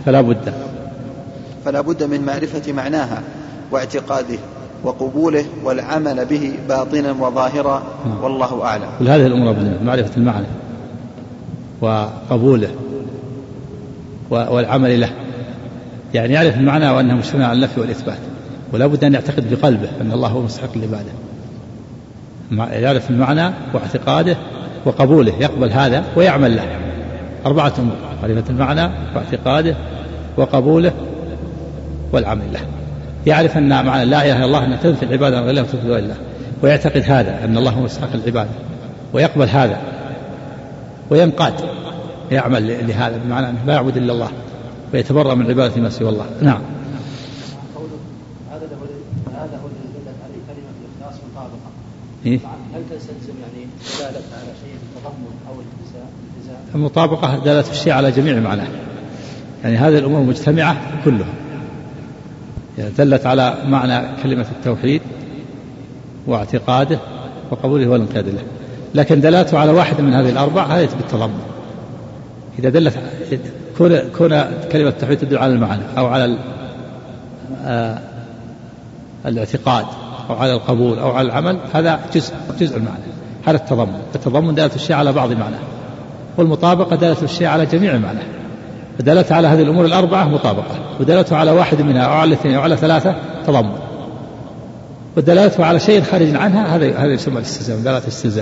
فلا بد من معرفة معناها واعتقاده وقبوله والعمل به باطنا وظاهرا، والله أعلم. كل هذه الأمور معرفة المعنى وقبوله والعمل له، يعني يعرف المعنى وأنه مشتمل على النفي والإثبات، ولا بد أن يعتقد بقلبه أن الله هو مستحق العبادة. يعرف المعنى واعتقاده وقبوله، يقبل هذا ويعمل له. 4 أمور: معرفة المعنى واعتقاده وقبوله والعمل له. يعرف أن معنى لا إله إلا الله أن تنفي العبادة غير الله وتثبت غير الله، ويعتقد هذا أن الله هو مستحق العبادة، ويقبل هذا وينقاد، يعمل لهذا بمعنى أنه لا يعبد إلا الله ويتبرأ من عبادة ما سوى الله. نعم. هذا هو الذي دلت عليه كلمة الإخلاص مطابقة. هل تستلزم يعني دلالة على شيء التضمن أو الالتزام؟ المطابقة دلالة الشيء على جميع معناه، يعني هذه الأمور مجتمعة كلها، يعني دلت على معنى كلمة التوحيد واعتقاده وقبوله والانقياد له، لكن دلالته على واحد من هذه ال4 هذه بالتضمن. إذا دلت كون كلمة التوحيد تدل على المعنى أو على الاعتقاد أو على القبول أو على العمل، هذا جزء المعنى، هذا التضمن. التضمن دلالة الشيء على بعض معناه، والمطابقة دلالة الشيء على جميع معناه. فدلالته على هذه الأمور ال4 مطابقة، ودلالته على واحد منها أو على 2 أو على 3 تضمن، ودلالته على شيء خارج عنها هذا يسمى الاستلزام، دلالة الاستلزام.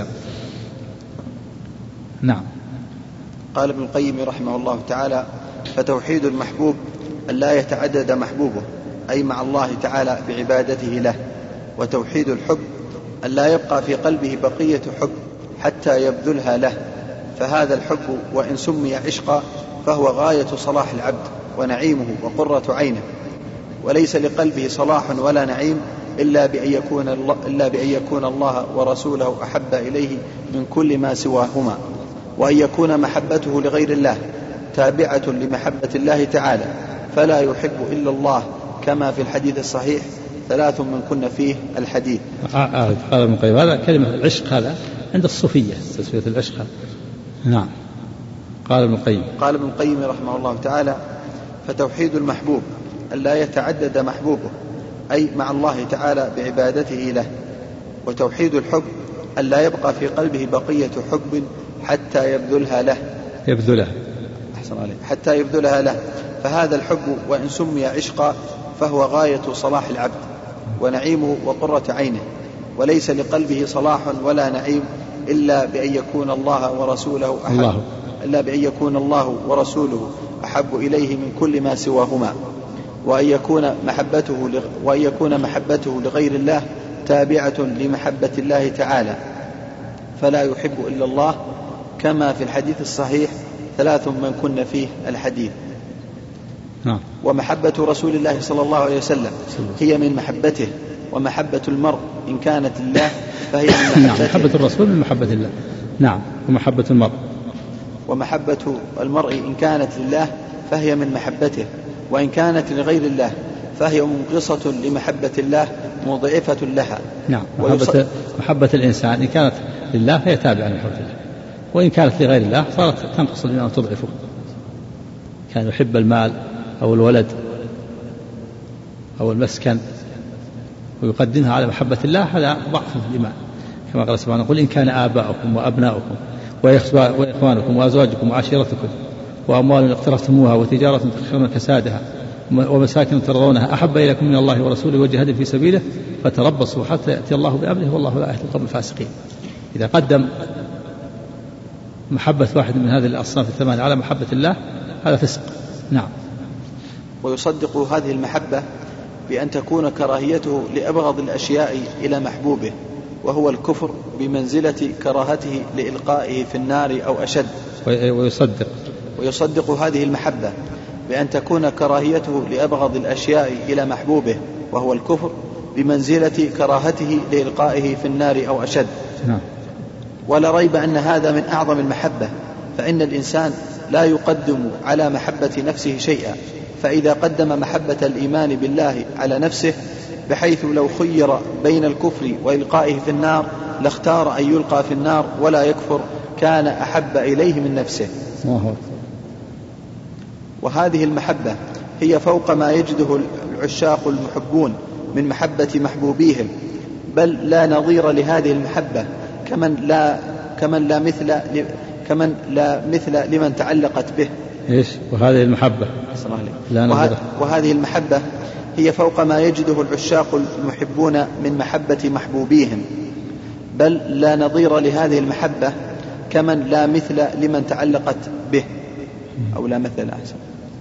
نعم. قال ابن القيم رحمه الله تعالى: فتوحيد المحبوب أن لا يتعدد محبوبه، أي مع الله تعالى بعبادته له. وتوحيد الحب أن لا يبقى في قلبه بقية حب حتى يبذلها له، فهذا الحب وإن سمي عشقا فهو غاية صلاح العبد ونعيمه وقرة عينه، وليس لقلبه صلاح ولا نعيم إلا بأن يكون الله ورسوله أحب إليه من كل ما سواهما، وأن يكون محبته لغير الله تابعة لمحبة الله تعالى، فلا يحب إلا الله، كما في الحديث الصحيح: 3 من كن فيه الحديث. قال ابن القيم هذا كلمة العشق هذا عند الصوفية، تسمية العشق. نعم. قال ابن القيم رحمه الله تعالى: فتوحيد المحبوب أن لا يتعدد محبوبه، أي مع الله تعالى بعبادته له. وتوحيد الحب أن لا يبقى في قلبه بقية حب حتى يبذلها له. حتى يبذلها له، فهذا الحب وإن سمي عشقا فهو غاية صلاح العبد ونعيمه وقرة عينه، وليس لقلبه صلاح ولا نعيم إلا بأن يكون الله أحب إليه من كل ما سواهما، وأن يكون محبته لغير الله تابعة لمحبة الله تعالى، فلا يحب إلا الله، كما في الحديث الصحيح: 3 من كن فيه الحديث. ومحبة رسول الله صلى الله عليه وسلم هي من محبته، ومحبة المرء إن كانت لله فهي من محبته. محبة الرسول من محبة الله. نعم. ومحبة المرء إن كانت لله فهي من محبته، وإن كانت لغير الله فهي منقصة لمحبة الله مضعفة لها. نعم. محبة الإنسان إن كانت لله فهي تابعة لمحبة الله، وإن كانت لغير الله صارت تنقص الإيمان وتضعفه. كان يحب المال أو الولد أو المسكن ويقدمها على محبة الله، هذا ضعف في الإيمان، كما قال سبحانه: قل إن كان آباؤكم وأبناؤكم وإخوانكم وأزواجكم وعشيرتكم وأموال اقترفتموها وتجارة تخشون كسادها ومساكن ترضونها أحب إليكم من الله ورسوله وجهاد في سبيله فتربصوا حتى يأتي الله بأمره والله لا يهدي القوم الفاسقين. إذا قدم محبة واحد من هذه الأصناف 8 على محبة الله هذا فسق. نعم. ويصدق هذه المحبة بأن تكون كراهيته لأبغض الأشياء إلى محبوبه، وهو الكفر بمنزلة كراهته لإلقائه في النار أو أشد. ويصدق هذه المحبة بأن تكون كراهيته لأبغض الأشياء إلى محبوبه، وهو الكفر بمنزلة كراهته لإلقائه في النار أو أشد. نعم. ولا ريب أن هذا من أعظم المحبة، فإن الإنسان لا يقدم على محبة نفسه شيئا، فإذا قدم محبة الإيمان بالله على نفسه بحيث لو خير بين الكفر وإلقائه في النار لاختار أن يلقى في النار ولا يكفر كان أحب إليه من نفسه. وهذه المحبة هي فوق ما يجده العشاق المحبون من محبة محبوبيهم، بل لا نظير لهذه المحبة كمن لا مثل لمن تعلقت به. وهذه المحبة وهذه المحبة هي فوق ما يجده العشاق المحبون من محبة محبوبيهم، بل لا نظير لهذه المحبة كمن لا مثل لمن تعلقت به، أو لا مثل أحسن.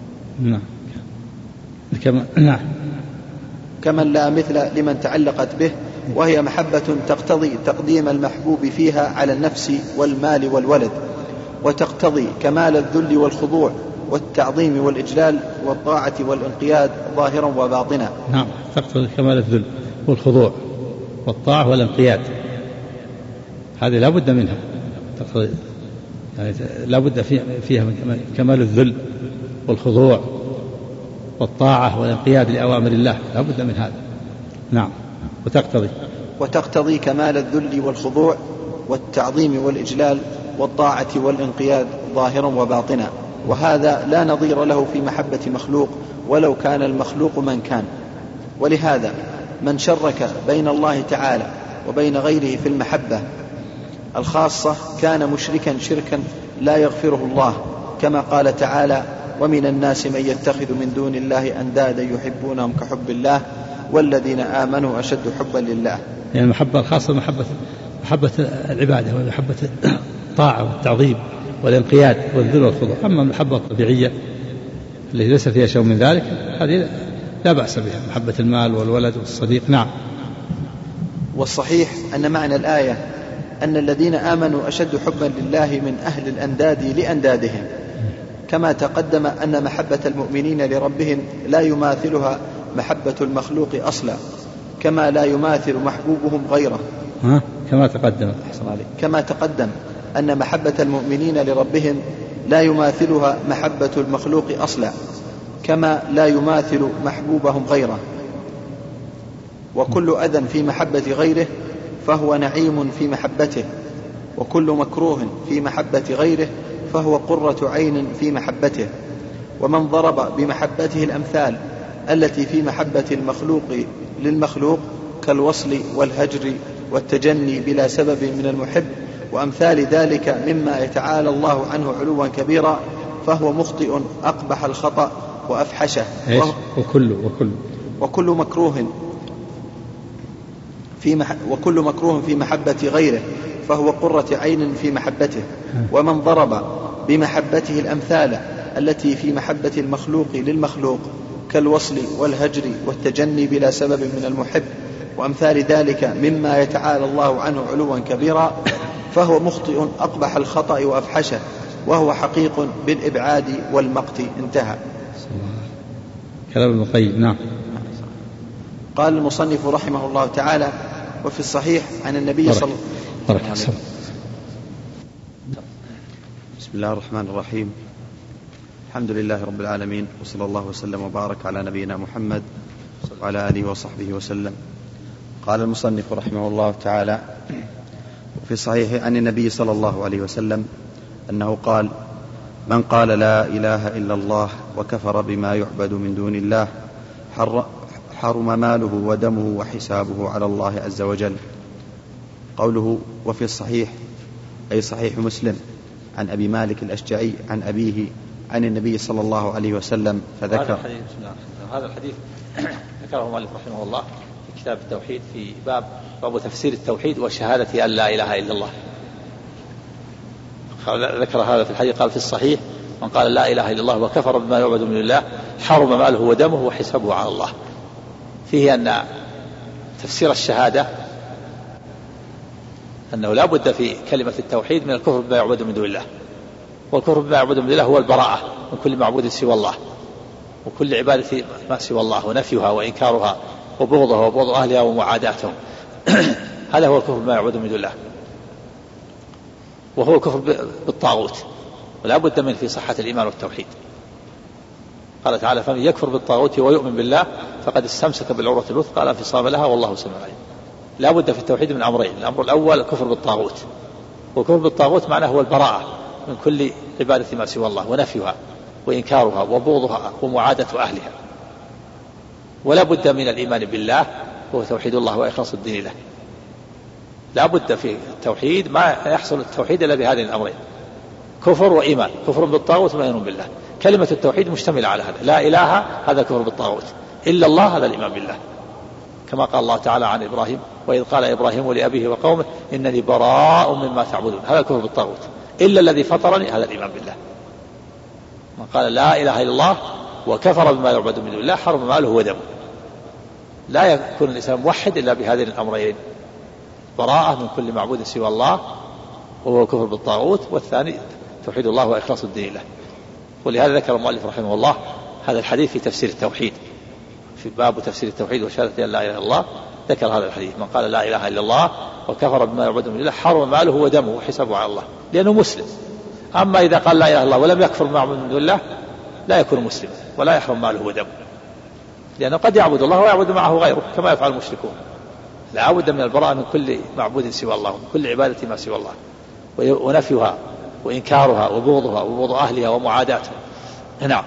كمن لا مثل لمن تعلقت به، وهي محبة تقتضي تقديم المحبوب فيها على النفس والمال والولد، وتقتضي كمال الذل والخضوع والتعظيم والإجلال والطاعة والانقياد ظاهرا وباطنا. نعم، تقتضي كمال الذل والخضوع والطاعة والانقياد، هذه لا بد منها، تقتضي يعني لا بد فيها كمال الذل والخضوع والطاعة والانقياد لأوامر الله، لا بد من هذا. نعم. وتقتضي كمال الذل والخضوع والتعظيم والإجلال والطاعة والانقياد ظاهرا وباطنا، وهذا لا نظير له في محبة مخلوق ولو كان المخلوق من كان. ولهذا من شرك بين الله تعالى وبين غيره في المحبة الخاصة كان مشركا شركا لا يغفره الله، كما قال تعالى: ومن الناس من يتخذ من دون الله أندادا يحبونهم كحب الله والذين آمنوا أشد حبا لله. يعني المحبة الخاصة محبة العبادة ومحبة الطاعة والتعظيم والانقياد والذل والخضوع. أما المحبة الطبيعية التي ليس فيها شيء من ذلك هذه لا بأس بها، محبة المال والولد والصديق. نعم. والصحيح أن معنى الآية أن الذين آمنوا أشد حبا لله من أهل الأنداد لأندادهم، كما تقدم أن محبة المؤمنين لربهم لا يماثلها محبة المخلوق أصلا، كما لا يماثل محبوبهم غيره. كما تقدم أن محبة المؤمنين لربهم لا يماثلها محبة المخلوق أصلا، كما لا يماثل محبوبهم غيره. وكل أذى في محبة غيره فهو نعيم في محبته، وكل مكروه في محبة غيره فهو قرة عين في محبته. ومن ضرب بمحبته الأمثال التي في محبة المخلوق للمخلوق كالوصل والهجر والتجني بلا سبب من المحب وأمثال ذلك مما يتعالى الله عنه علوا كبيرا، فهو مخطئ أقبح الخطأ وأفحشه. وكل مكروه في محبة غيره فهو قرة عين في محبته. ومن ضرب بمحبته الأمثال التي في محبة المخلوق للمخلوق كالوصل والهجر والتجني بلا سبب من المحب وأمثال ذلك مما يتعالى الله عنه علوا كبيرا، فهو مخطئ أقبح الخطأ وأفحشه، وهو حقيق بالإبعاد والمقت. انتهى كلام ابن القيم. نعم. قال المصنف رحمه الله تعالى: وفي الصحيح عن النبي صلى الله عليه وسلم. بسم الله الرحمن الرحيم، الحمد لله رب العالمين، وصلى الله وسلم وبارك على نبينا محمد وعلى آله وصحبه وسلم. قال المصنف رحمه الله تعالى: وفي الصحيح عن النبي صلى الله عليه وسلم أنه قال: من قال لا إله إلا الله وكفر بما يعبد من دون الله حرم ماله ودمه وحسابه على الله عز وجل. قوله وفي الصحيح أي صحيح مسلم عن أبي مالك الأشجعي عن أبيه عن النبي صلى الله عليه وسلم فذكر. هذا الحديث ذكره المؤلف رحمه الله في كتاب التوحيد في باب تفسير التوحيد وشهادة أن لا إله إلا الله. ذكر هذا في الحديث، قال في الصحيح: من قال لا إله إلا الله وكفر بما يعبد من الله حرم ماله ودمه وحسابه على الله. فيه أن تفسير الشهادة أنه لا بد في كلمة التوحيد من الكفر بما يعبد من دون الله، والكفر بما يعبد من دون الله هو البراءة من كل معبود سوى الله وكل عبادة ما سوى الله ونفيها وإنكارها وبغضها وبغض أهلها ومعاداتهم. هذا هو الكفر بما يعبد من دون الله، وهو الكفر بالطاغوت. ولا بد من في صحة الإيمان والتوحيد. قال تعالى فمن يكفر بالطاغوت ويؤمن بالله فقد استمسك بالعروة الوثقى لا انفصام لها والله سميع عليم. لا بد في التوحيد من أمرين: الأمر الأول الكفر بالطاغوت، والكفر بالطاغوت معناه هو البراءة من كل عبادة ما سوى الله ونفيها وإنكارها وبغضها ومعادة أهلها. ولا بد من الإيمان بالله وهو توحيد الله وإخلاص الدين له. لا بد في التوحيد ما يحصل التوحيد إلا بهذين الأمرين: كفر وإيمان، كفر بالطاغوت وإيمان بالله. كلمة التوحيد مشتملة على هذا: لا إله هذا كفر بالطاغوت، إلا الله هذا الإيمان بالله، كما قال الله تعالى عن إبراهيم: وإذ قال إبراهيم لأبيه وقومه إنني براء مما تعبدون، هذا كفر بالطاغوت. إلا الذي فطرني هذا الإيمان بالله. من قال لا إله إلا الله وكفر بما يعبد من دون الله حرم ماله ودمه. لا يكون الإنسان موحد إلا بهذين الأمرين: براءة من كل معبود سوى الله وهو الكفر بالطاغوت، والثاني توحيد الله وإخلاص الدين له. ولهذا ذكر المؤلف رحمه الله هذا الحديث في تفسير التوحيد، في باب تفسير التوحيد وشهادة أن لا إله إلا الله. ذكر هذا الحديث: من قال لا إله إلا الله وكفر بما يعبد من الله حرم ماله ودمه وحسابه على الله، لأنه مسلم. أما إذا قال لا إله إلا الله ولم يكفر بما يعبد من دون الله لا يكون مسلما ولا يحرم ماله ودمه، لأنه قد يعبد الله ويعبد معه غيره كما يفعل المشركون. لا بد من البراءة من كل معبود سوى الله ومن كل عبادة ما سوى الله، ونفيها وإنكارها وبغضها وبغض أهلها ومعاداتها. نعم.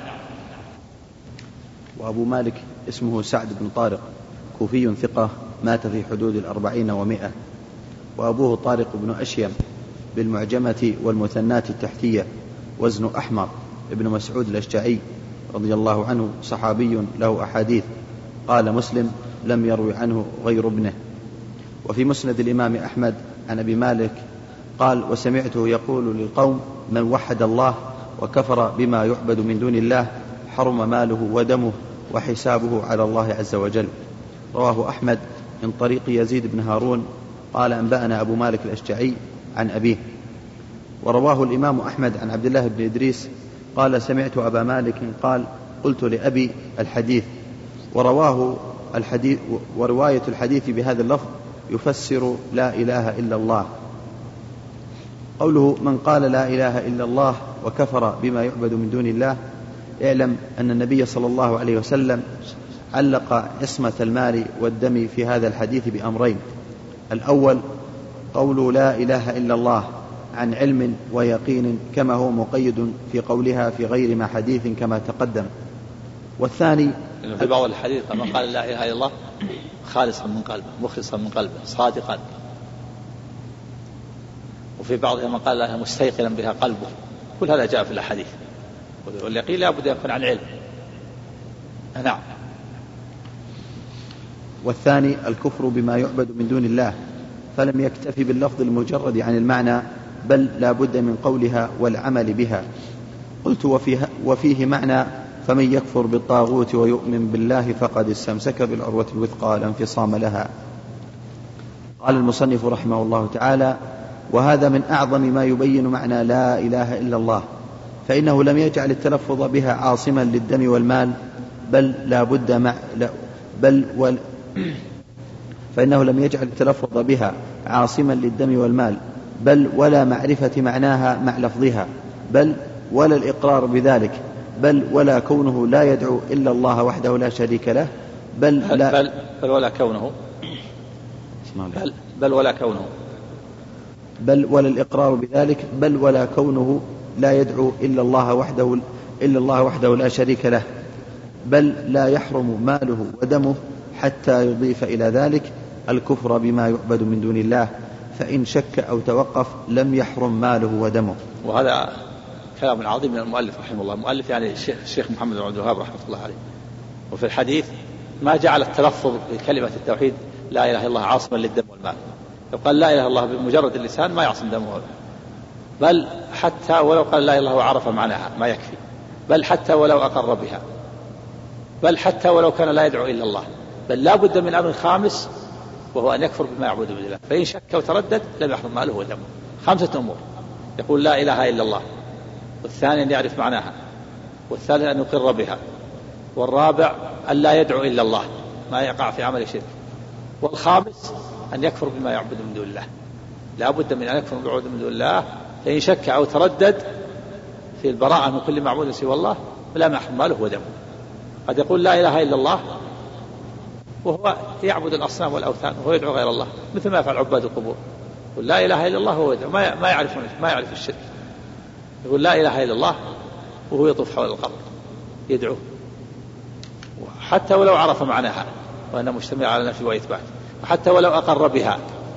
وأبو مالك اسمه سعد بن طارق، كوفي ثقة، مات في حدود 40 و100. وأبوه طارق بن أشيم بالمعجمة والمثنات التحتية، وزن أحمر، ابن مسعود الأشجعي رضي الله عنه، صحابي له أحاديث. قال مسلم: لم يروي عنه غير ابنه. وفي مسند الإمام أحمد عن أبي مالك قال: وسمعته يقول للقوم: من وحد الله وكفر بما يعبد من دون الله حرم ماله ودمه وحسابه على الله عز وجل. رواه أحمد من طريق يزيد بن هارون قال: أنبأنا أبو مالك الأشجعي عن أبيه. ورواه الإمام أحمد عن عبد الله بن إدريس قال: سمعت أبا مالك قال: قلت لأبي الحديث. ورواية الحديث بهذا اللفظ يفسر لا إله إلا الله. قوله: من قال لا إله إلا الله وكفر بما يعبد من دون الله، اعلم أن النبي صلى الله عليه وسلم علق عصمة المال والدم في هذا الحديث بأمرين: الأول قول لا إله إلا الله عن علم ويقين كما هو مقيد في قولها في غير ما حديث كما تقدم. والثاني في بعض الحديث: من قال لا إله إلا الله خالصا من قلبه مخلصا من قلبه صادقا. وفي بعضها: من قال لا مستيقنا بها قلبه. كل هذا جاء في الحديث. واليقين لا بد أن يكون عن علم. نعم. والثاني الكفر بما يعبد من دون الله، فلم يكتفي باللفظ المجرد عن المعنى، بل لا بد من قولها والعمل بها. قلت: وفيه معنى: فمن يكفر بالطاغوت ويؤمن بالله فقد استمسك بالعروة الوثقى لا انفصام لها. قال المصنف رحمه الله تعالى: وهذا من أعظم ما يبين معنى لا إله إلا الله، فإنه لم يجعل التلفظ بها عاصما للدم والمال، فإنه لم يجعل التلفظ بها عاصما للدم والمال، بل ولا معرفة معناها مع لفظها، بل ولا الإقرار بذلك، بل ولا كونه لا يدعو إلا الله وحده لا شريك له، بل ولا كونه بل ولا الإقرار بذلك، بل ولا كونه لا يدعو إلا الله وحده لا شريك له، بل لا يحرم ماله ودمه حتى يضيف إلى ذلك الكفر بما يعبد من دون الله، فإن شك أو توقف لم يحرم ماله ودمه. وهذا كلام عظيم من المؤلف رحمه الله. المؤلف يعني الشيخ محمد بن عبد الوهاب رحمه الله عليه. وفي الحديث ما جعل التلفظ بكلمة التوحيد لا إله إلا الله عاصما للدم والمال. لو قال لا إله إلا الله بمجرد اللسان ما يعصم دمه، بل حتى ولو قال لا إله إلا الله وعرف معناها ما يكفي، بل حتى ولو أقر بها، بل حتى ولو كان لا يدعو إلا الله، بل لا بد من أمر خامس وهو أن يكفر بما يعبد من الله. فإن شك وتردد لم يحرم ماله ودمه. 5 أمور: يقول لا إله إلا الله، والثاني أن يعرف معناها، والثالث أن يقر بها، والرابع أن لا يدعو إلا الله ما يقع في عمل شرك، والخامس أن يكفر بما يعبد من دون الله. لا بد من أن يكفر بما يعبد من دون الله. فإن شك أو تردد في البراءة من كل معبود سوى الله لا يحرم ماله ودمه. قد يقول لا إله إلا الله وهو يعبد الأصنام والأوثان وهو يدعو غير الله، مثل ما يفعل عباد القبور. يقول لا إله إلا الله وهو يدعو، ما يعرف الشرك. يقول لا إله إلا الله وهو يطوف حول القبر يدعو، حتى ولو عرف معناها وأنه مجتمع على نفي وإثبات، وحتى ولو أقر بها،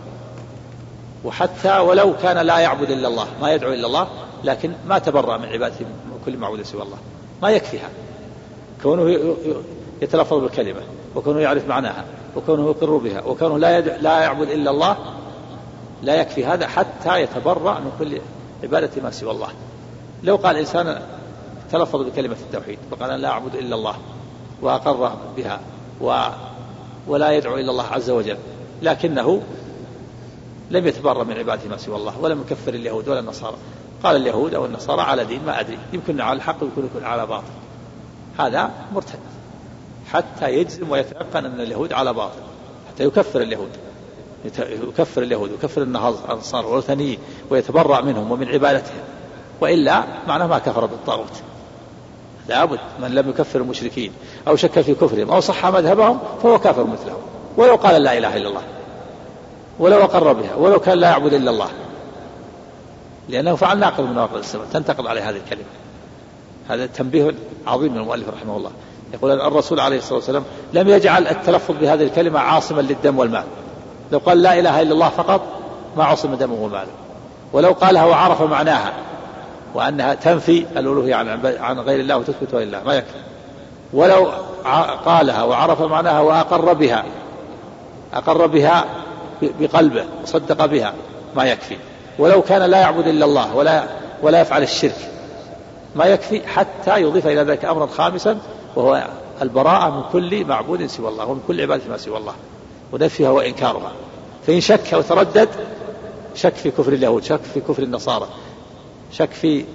وحتى ولو كان لا يعبد إلا الله، ما يدعو إلا الله، لكن ما تبرأ من عبادته كل معبود سوى الله، ما يكفيها كونه يتلفظ بالكلمة، وكونه يعرف معناها، وكونه يقر بها، وكونه لا يعبد إلا الله، لا يكفي هذا حتى يتبرأ من كل عبادة ما سوى الله. لو قال إنسان تلفظ بكلمة التوحيد وقال لا أعبد إلا الله وأقر بها ولا يدعو إلا الله عز وجل، لكنه لم يتبرأ من عبادة ما سوى الله، ولم يكفر اليهود ولا النصارى، قال اليهود أو النصارى على دين ما أدري، يمكن على الحق ويكون على باطل، هذا مرتد حتى يجزم ويتيقن أن اليهود على باطل، حتى يكفر اليهود ويكفر النصارى والوثنيين ويتبرأ منهم ومن عبادتهم، وإلا معناه ما كفر بالطاغوت. لابد من لم يكفر المشركين أو شك في كفرهم أو صح مذهبهم فهو كافر مثلهم، ولو قال لا إله إلا الله، ولو أقر بها، ولو كان لا يعبد إلا الله، لأنه فعل ناقض من نواقض الإسلام تنتقض عليه هذه الكلمة. هذا تنبيه عظيم من المؤلف رحمه الله. يقول الرسول عليه الصلاة والسلام لم يجعل التلفظ بهذه الكلمة عاصما للدم والمال، لو قال لا إله إلا الله فقط ما عصم دمه وماله، ولو قالها وعرف معناها وأنها تنفي الألوهية عن غير الله وتثبت لله ما يكفي، ولو قالها وعرف معناها أقر بها بقلبه وصدق بها ما يكفي، ولو كان لا يعبد إلا الله ولا يفعل الشرك ما يكفي، حتى يضيف إلى ذلك أمرا خامسا وهو البراءة من كل معبود سوى الله ومن كل عبادة ما سوى الله ونفيها وإنكارها. فإن شك وتردد، شك في كفر اليهود، شك في كفر النصارى، شك في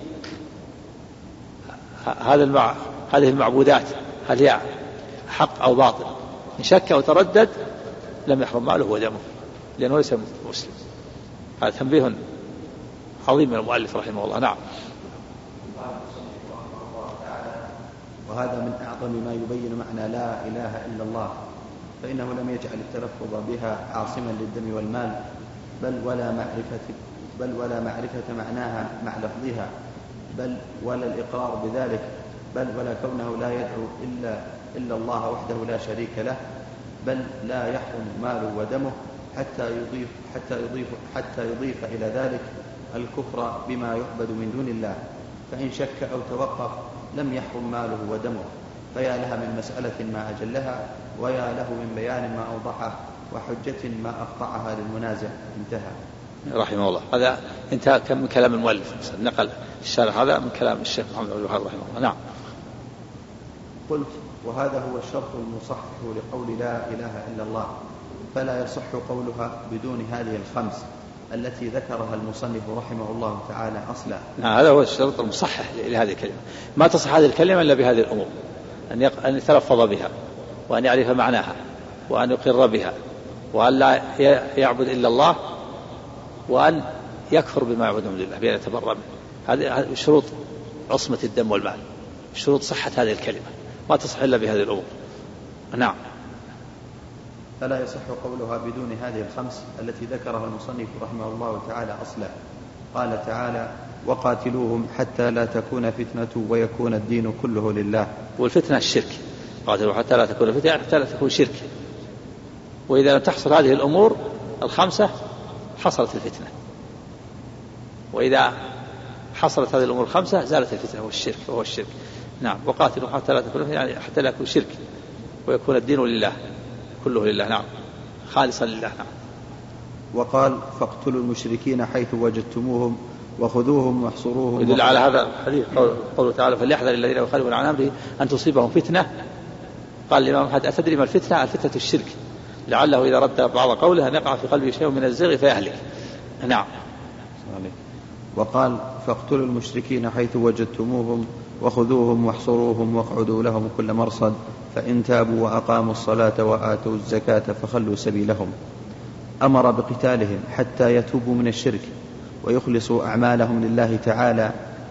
هذه المعبودات هل هي حق أو باطل، إن شك وتردد لم يحرم ماله ودمه لأنه ليس مسلم. هذا تنبيه عظيم من المؤلف رحمه الله. نعم. وهذا من أعظم ما يبين معنى لا إله إلا الله، فإنه لم يجعل التلفظ بها عاصما للدم والمال، بل ولا معرفة معناها مع لفظها، بل ولا الإقرار بذلك، بل ولا كونه لا يدعو إلا الله وحده لا شريك له، بل لا يحرم ماله ودمه حتى يضيف إلى ذلك الكفر بما يعبد من دون الله. فإن شك أو توقف لم يحرم ماله ودمه، فيا لها من مسألة ما أجلها، ويا له من بيان ما أوضحه، وحجة ما أقطعها للمنازع. انتهى رحمه الله. هذا انتهى من كلام المؤلف، نقل الشارح هذا من كلام الشيخ محمد بن الوهاب رحمه الله. نعم. قلت وهذا هو الشرط المصحح لقول لا إله إلا الله، فلا يصح قولها بدون هذه الخمس التي ذكرها المصنف رحمه الله تعالى أصلا. هذا هو الشرط المصحح لهذه الكلمة، ما تصح هذه الكلمة إلا بهذه الأمور، أن يتلفظ بها، وأن يعرف معناها، وأن يقر بها، وأن لا يعبد إلا الله، وأن يكفر بما يعبد من دون الله بأن يتبرأ منه. هذه شروط عصمة الدم والمال، شروط صحة هذه الكلمة، ما تصح إلا بهذه الأمور. نعم. فلا يصح قولها بدون هذه الخمس التي ذكرها المصنف رحمه الله تعالى أصلا. قال تعالى وقاتلوهم حتى لا تكون فتنة ويكون الدين كله لله. والفتنة الشرك، قاتلوا حتى لا تكون فتنة يعني حتى لا تكون شرك، وإذا لم تحصل هذه الأمور الخمسة حصلت الفتنة، وإذا حصلت هذه الأمور الخمسة زالت الفتنة وهو الشرك. نعم. وقاتلوا حتى لا تكون فتنة يعني حتى لا يكون شرك، ويكون الدين لله كله لله. نعم. خالصا لله. نعم. وقال فاقتلوا المشركين حيث وجدتموهم وخذوهم واحصروهم. يدل على هذا الحديث قوله تعالى فليحذر الذين يخالفون عن أمره أن تصيبهم فتنة. قال الإمام أحمد أتدري ما الفتنة؟ الفتنة الشرك، لعله إذا رد بعض قوله أن يقع في قلبه شيء من الزيغ فيهلك. نعم. وقال فاقتلوا المشركين حيث وجدتموهم وخذوهم واحصروهم واقعدوا لهم كل مرصد، فإن تابوا وأقاموا الصلاة وآتوا الزكاة فخلوا سبيلهم. أمر بقتالهم حتى يتوبوا من الشرك ويخلصوا أعمالهم لله تعالى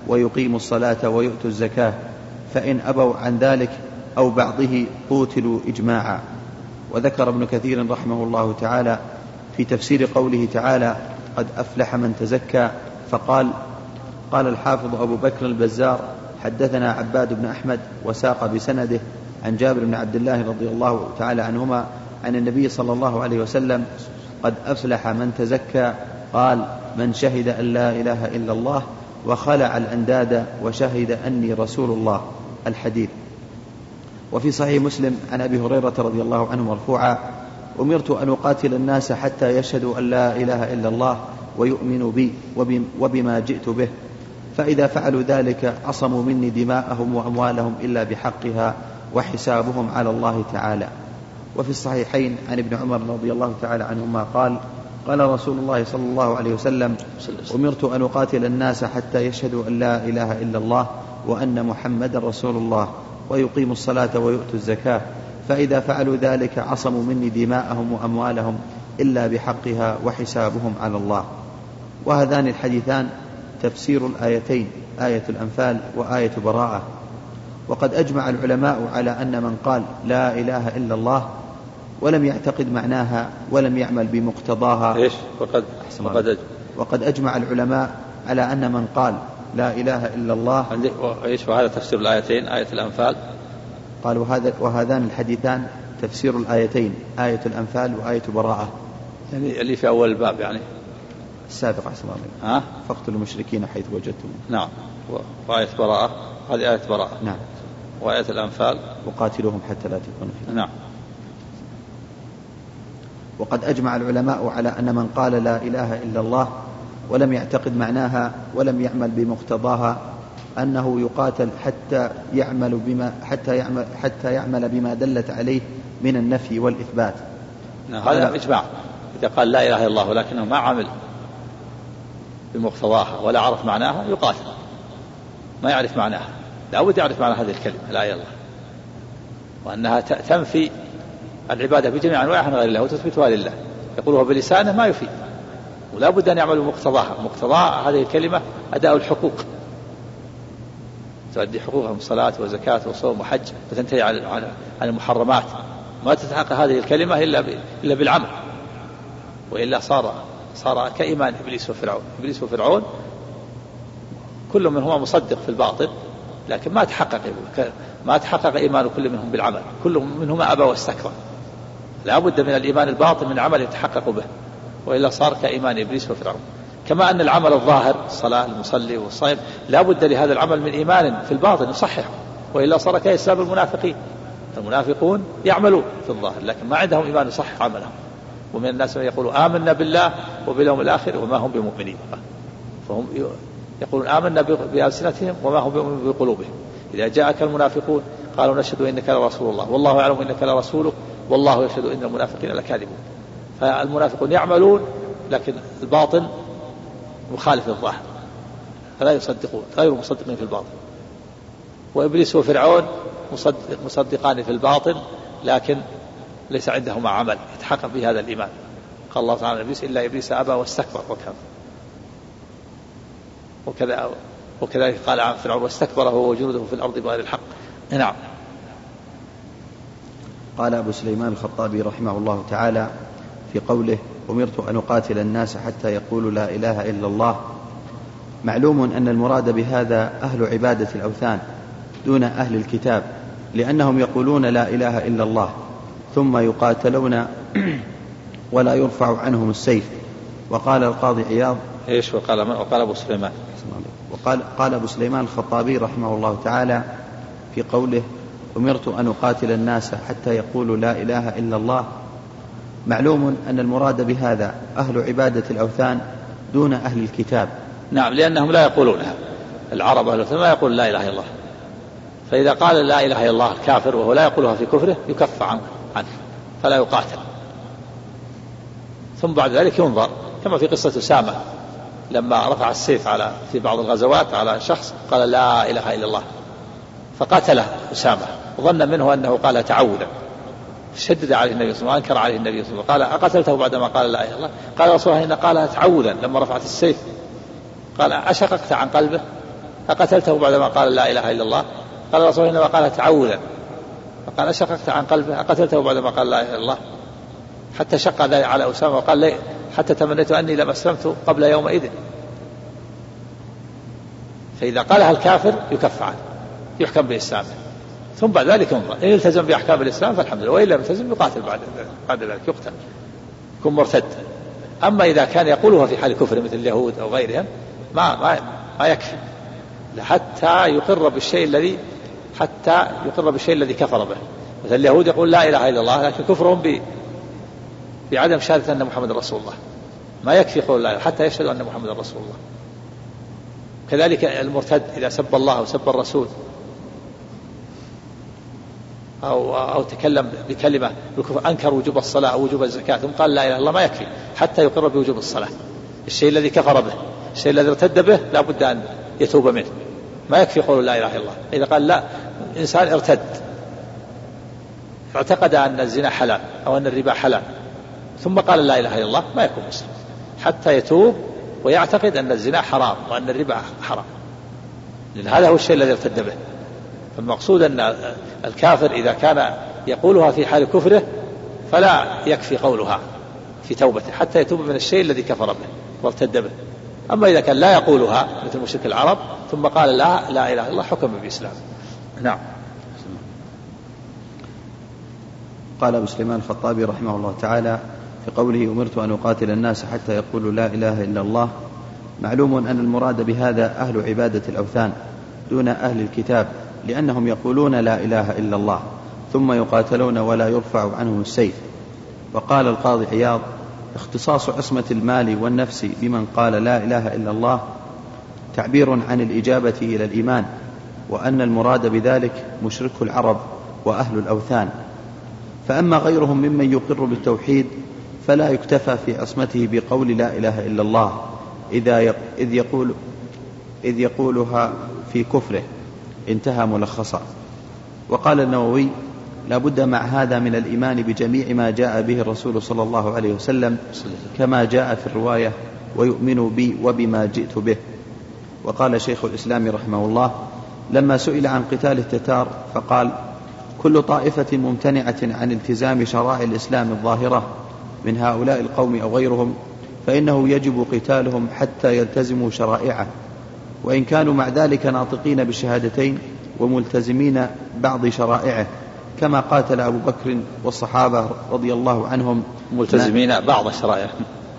ويقيموا الصلاة ويؤتوا الزكاة، فإن أبوا عن ذلك أو بعضه قوتلوا إجماعا. وذكر ابن كثير رحمه الله تعالى في تفسير قوله تعالى قد أفلح من تزكى فقال: قال الحافظ أبو بكر البزار حدثنا عباد بن أحمد وساق بسنده عن جابر بن عبد الله رضي الله تعالى عنهما عن النبي صلى الله عليه وسلم: قد أفلح من تزكى، قال: من شهد أن لا إله إلا الله وخلع الأنداد وشهد أني رسول الله. الحديث. وفي صحيح مسلم عن أبي هريرة رضي الله عنه مرفوعا: أمرت أن أقاتل الناس حتى يشهدوا أن لا إله إلا الله ويؤمنوا بي وبما جئت به، فإذا فعلوا ذلك عصموا مني دماءهم وأموالهم إلا بحقها وحسابهم على الله تعالى. وفي الصحيحين عن ابن عمر رضي الله تعالى عنهما قال: قال رسول الله صلى الله عليه وسلم: أمرت أن أقاتل الناس حتى يشهدوا أن لا إله إلا الله وأن محمدا رسول الله ويقيموا الصلاة ويؤتوا الزكاة، فإذا فعلوا ذلك عصموا مني دماءهم وأموالهم إلا بحقها وحسابهم على الله. وهذان الحديثان تفسير الآيتين، آية الأنفال وآية براءة. وقد أجمع العلماء على أن من قال لا إله إلا الله ولم يعتقد معناها ولم يعمل بمقتضاها وقد أجمع العلماء على أن من قال لا إله إلا الله وهذا تفسير الآيتين، آية الأنفال. قال وهذان الحديثان تفسير الآيتين، آية الأنفال وآية براءة، يعني اللي في أول الباب يعني السابق أحسن الله. فاقتلوا المشركين حيث وجدتم. نعم. وآية براءة هذه آية براءة. نعم. وآية الأنفال وقاتلوهم حتى لا تكون فتنة. نعم. وقد أجمع العلماء على أن من قال لا إله إلا الله ولم يعتقد معناها ولم يعمل بمقتضاها أنه يقاتل حتى يعمل بما دلت عليه من النفي والإثبات. هذا إجماع. إذا قال لا إله إلا الله ولكنه ما عمل بمقتضاها ولا عرف معناها يقاتل، ما يعرف معناها. لا بد يعرف معنى هذه الكلمة لا إله إلا الله، وأنها تنفي العبادة بجميع أنواعها غير الله وتثبتها لله. يقولها بلسانه ما يفيد، ولا بد أن يعمل بمقتضاها. مقتضى هذه الكلمة أداء الحقوق، تؤدي حقوقهم صلاة وزكاة وصوم وحج، وتنتهي عن المحرمات. ما تتحقق هذه الكلمة إلا بالعمل، وإلا صار كإيمان إبليس وفرعون. إبليس وفرعون كل منهما مصدق في الباطل، لكن ما تحقق إيمان كل منهم بالعمل. كل منهما أبى واستكبر. لا بد من الإيمان الباطن من عمل يتحقق به، وإلا صار كإيمان إبليس وفرعون. كما أن العمل الظاهر الصلاة المصلي والصائم لا بد لهذا العمل من إيمان في الباطن يصححه، وإلا صار كإسلام المنافقين. المنافقون يعملون في الظاهر لكن ما عندهم إيمان يصحح عملهم. ومن الناس من يقول آمنا بالله وباليوم الآخر وما هم بمؤمنين، فهم يقولون آمنا بألسنتهم وما هم بمؤمنين بقلوبهم. إذا جاءك المنافقون قالوا نشهد إنك لرسول الله والله يعلم إنك لرسوله والله يشهد إن المنافقين لكاذبون. فالمنافقون يعملون لكن الباطن مخالف للظاهر، فلا يصدقون، غير مصدقين في الباطن. وإبليس وفرعون مصدقان في الباطن لكن ليس عندهما عمل يتحقق به هذا الإيمان. قال الله تعالى إبليس إلا إبليس أبى واستكبر وكذلك قال عن فرعون واستكبر هو وجنوده في الأرض بغير الحق. نعم. قال أبو سليمان الخطابي رحمه الله تعالى في قوله أمرت أن أقاتل الناس حتى يقولوا لا إله إلا الله: معلوم أن المراد بهذا أهل عبادة الأوثان دون أهل الكتاب، لأنهم يقولون لا إله إلا الله ثم يقاتلون ولا يرفع عنهم السيف. وقال القاضي عياض وقال أبو سليمان قال أبو سليمان الخطابي رحمه الله تعالى في قوله أمرت أن أقاتل الناس حتى يقولوا لا إله إلا الله: معلوم أن المراد بهذا أهل عبادة الأوثان دون أهل الكتاب. نعم، لأنهم لا يقولونها. العرب أهل الأوثان ما يقول لا إله إلا الله، فإذا قال لا إله إلا الله الكافر وهو لا يقولها في كفره يكف عنه فلا يقاتل. ثم بعد ذلك ينظر، كما في قصة أسامة لما رفع السيف في بعض الغزوات على شخص قال لا إله إلا الله فقتله أسامة وظن منه أنه قال تعوذا، شدد عليه النبي صلى الله عليه وسلم وأنكر عليه النبي صلى الله عليه وسلم. قال أقتلته بعدما قال لا إله إلا الله؟ قال رسول الله إن قالها تعوذا لما رفعت السيف. قال أشققت عن قلبه؟ أقتلته بعدما قال لا إله إلا الله؟ قال الرسول إنما قال تعوذا، فقال أشققت عن قلبه؟ أقتلته بعدما قال لا إله إلا الله؟ حتى شق ذلك على أسامة وقال لي حتى تمنيت أني لم أسلمت قبل يومئذ. فإذا قالها الكافر يكف عنه، يحكم بإسلامه، ثم بعد ذلك ينظر إن التزم بأحكام الإسلام فالحمد لله، وإن لم يلتزم يقاتل بعد ذلك، يقتل، يكون مرتد. أما إذا كان يقولها في حال كفر مثل اليهود أو غيرهم ما يكفي حتى يقر بالشيء الذي كفر به. مثل اليهود يقول لا إله إلا الله لكن كفرهم بعدم شهادة أن محمد رسول الله، ما يكفي قول لا حتى يشهدوا أن محمد رسول الله. كذلك المرتد إذا سب الله وسب الرسول أو تكلم بكلمة أنكر وجوب الصلاة أو وجوب الزكاة ثم قال لا إله إلا الله ما يكفي حتى يقر بوجوب الصلاة. الشيء الذي كفر به، الشيء الذي ارتد به لا بد أن يتوب منه، ما يكفي قول لا إله إلا الله. إذا قال لا، إنسان ارتد اعتقد أن الزنا حلال أو أن الربا حلال ثم قال لا إله إلا الله ما يكون مسلم حتى يتوب ويعتقد أن الزنا حرام وأن الربا حرام، لأن هذا هو الشيء الذي ارتد به. فالمقصود أن الكافر إذا كان يقولها في حال كفره فلا يكفي قولها في توبته حتى يتوب من الشيء الذي كفر به وارتد به. أما إذا كان لا يقولها مثل مشرك العرب ثم قال لا إله إلا الله حكم بإسلام. نعم. قال أبو سليمان الخطابي رحمه الله تعالى في قوله أمرت أن أقاتل الناس حتى يقولوا لا إله إلا الله، معلوم أن المراد بهذا أهل عبادة الأوثان دون أهل الكتاب، لأنهم يقولون لا إله إلا الله ثم يقاتلون ولا يرفع عنهم السيف. وقال القاضي عياض اختصاص عصمة المال والنفس بمن قال لا إله إلا الله تعبير عن الإجابة إلى الإيمان، وأن المراد بذلك مشرك العرب وأهل الأوثان. فأما غيرهم ممن يقر بالتوحيد فلا يكتفى في عصمته بقول لا إله إلا الله إذ يقولها في كفره، انتهى ملخصا. وقال النووي لا بد مع هذا من الإيمان بجميع ما جاء به الرسول صلى الله عليه وسلم كما جاء في الرواية ويؤمن بي وبما جئت به. وقال شيخ الإسلام رحمه الله لما سئل عن قتال التتار فقال كل طائفة ممتنعة عن التزام شرائع الإسلام الظاهرة من هؤلاء القوم أو غيرهم فإنه يجب قتالهم حتى يلتزموا شرائعه، وإن كانوا مع ذلك ناطقين بالشهادتين وملتزمين بعض شرائعه كما قاتل أبو بكر والصحابة رضي الله عنهم ملتزمين بعض شرائعه.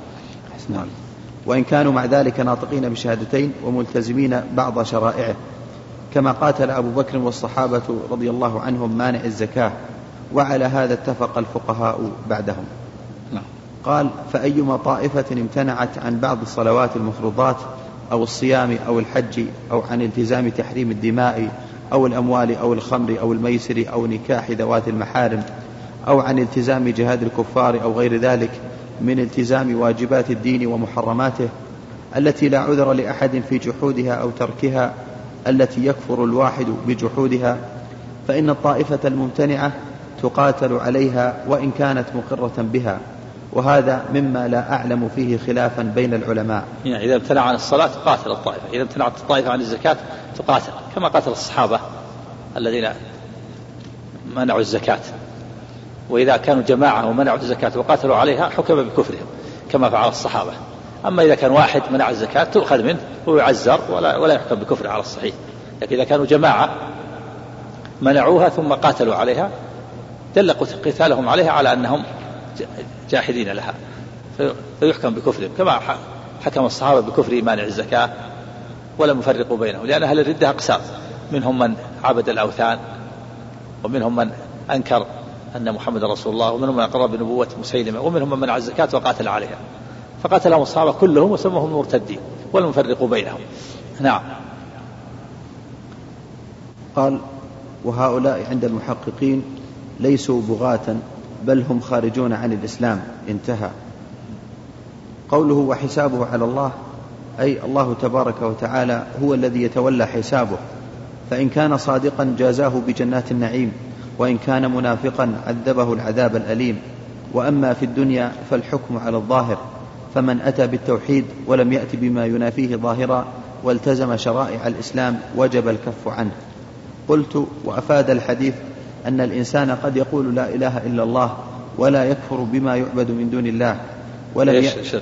وإن كانوا مع ذلك ناطقين بالشهادتين وملتزمين بعض شرائعه كما قاتل أبو بكر والصحابة رضي الله عنهم مانع الزكاة، وعلى هذا اتفق الفقهاء بعدهم. قال فأيما طائفة امتنعت عن بعض الصلوات المفروضات أو الصيام أو الحج أو عن التزام تحريم الدماء أو الأموال أو الخمر أو الميسر أو نكاح ذوات المحارم أو عن التزام جهاد الكفار أو غير ذلك من التزام واجبات الدين ومحرماته التي لا عذر لأحد في جحودها أو تركها التي يكفر الواحد بجحودها، فإن الطائفة الممتنعة تقاتل عليها وإن كانت مقرة بها، وهذا مما لا أعلم فيه خلافا بين العلماء. يعني إذا امتنع عن الصلاة تقاتل الطائفة، إذا امتنعت الطائفة عن الزكاة تقاتل كما قاتل الصحابة الذين منعوا الزكاة، وإذا كانوا جماعة ومنعوا الزكاة وقاتلوا عليها حكم بكفرهم كما فعل الصحابة. أما إذا كان واحد منع الزكاة تؤخذ منه ويعزر ولا يحكم بكفر على الصحيح، لكن إذا كانوا جماعة منعوها ثم قاتلوا عليها دل قتالهم عليها على أنهم جاحدين لها فيحكم بكفرهم كما حكم الصحابة بكفر مانع الزكاة ولم يفرقوا بينهم، لأن أهل الردة أقسام، منهم من عبد الأوثان ومنهم من أنكر أن محمد رسول الله ومنهم من أقر بنبوة مسيلمة ومنهم من منع الزكاة وقاتل عليها، فقتلهم الصحابة كلهم وسموهم مرتدين ولم يفرقوا بينهم. نعم. قال وهؤلاء عند المحققين ليسوا بغاة بل هم خارجون عن الإسلام، انتهى. قوله وحسابه على الله أي الله تبارك وتعالى هو الذي يتولى حسابه، فإن كان صادقا جازاه بجنات النعيم، وإن كان منافقا عذبه العذاب الأليم. وأما في الدنيا فالحكم على الظاهر، فمن أتى بالتوحيد ولم يأت بما ينافيه ظاهرا والتزم شرائع الإسلام وجب الكف عنه. قلت: وأفاد الحديث أن الإنسان قد يقول لا إله إلا الله ولا يكفر بما يعبد من دون الله ولم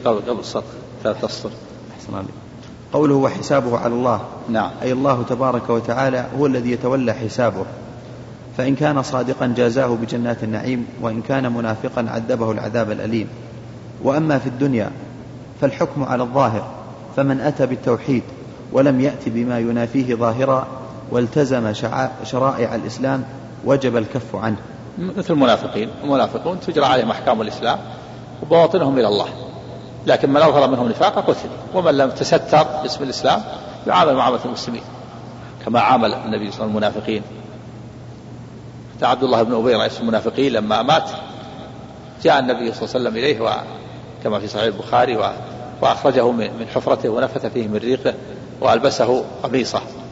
قوله وحسابه على الله، نعم، أي الله تبارك وتعالى هو الذي يتولى حسابه، فإن كان صادقا جازاه بجنات النعيم، وإن كان منافقا عذبه العذاب الأليم. وأما في الدنيا فالحكم على الظاهر، فمن أتى بالتوحيد ولم يأت بما ينافيه ظاهرا والتزم شرائع الإسلام وجب الكف عنه. مثل المنافقون تجرى عليهم أحكام الإسلام وبواطنهم إلى الله، لكن من أظهر منهم نفاقا قتل، ومن لم تستر باسم الإسلام يعامل معاملة المسلمين كما عامل النبي صلى الله عليه وسلم المنافقين. عبد الله بن أبي رئيس المنافقين لما مات جاء النبي صلى الله عليه وسلم إليه كما في صحيح البخاري وأخرجه من حفرته ونفث فيه من ريقه وألبسه قميصه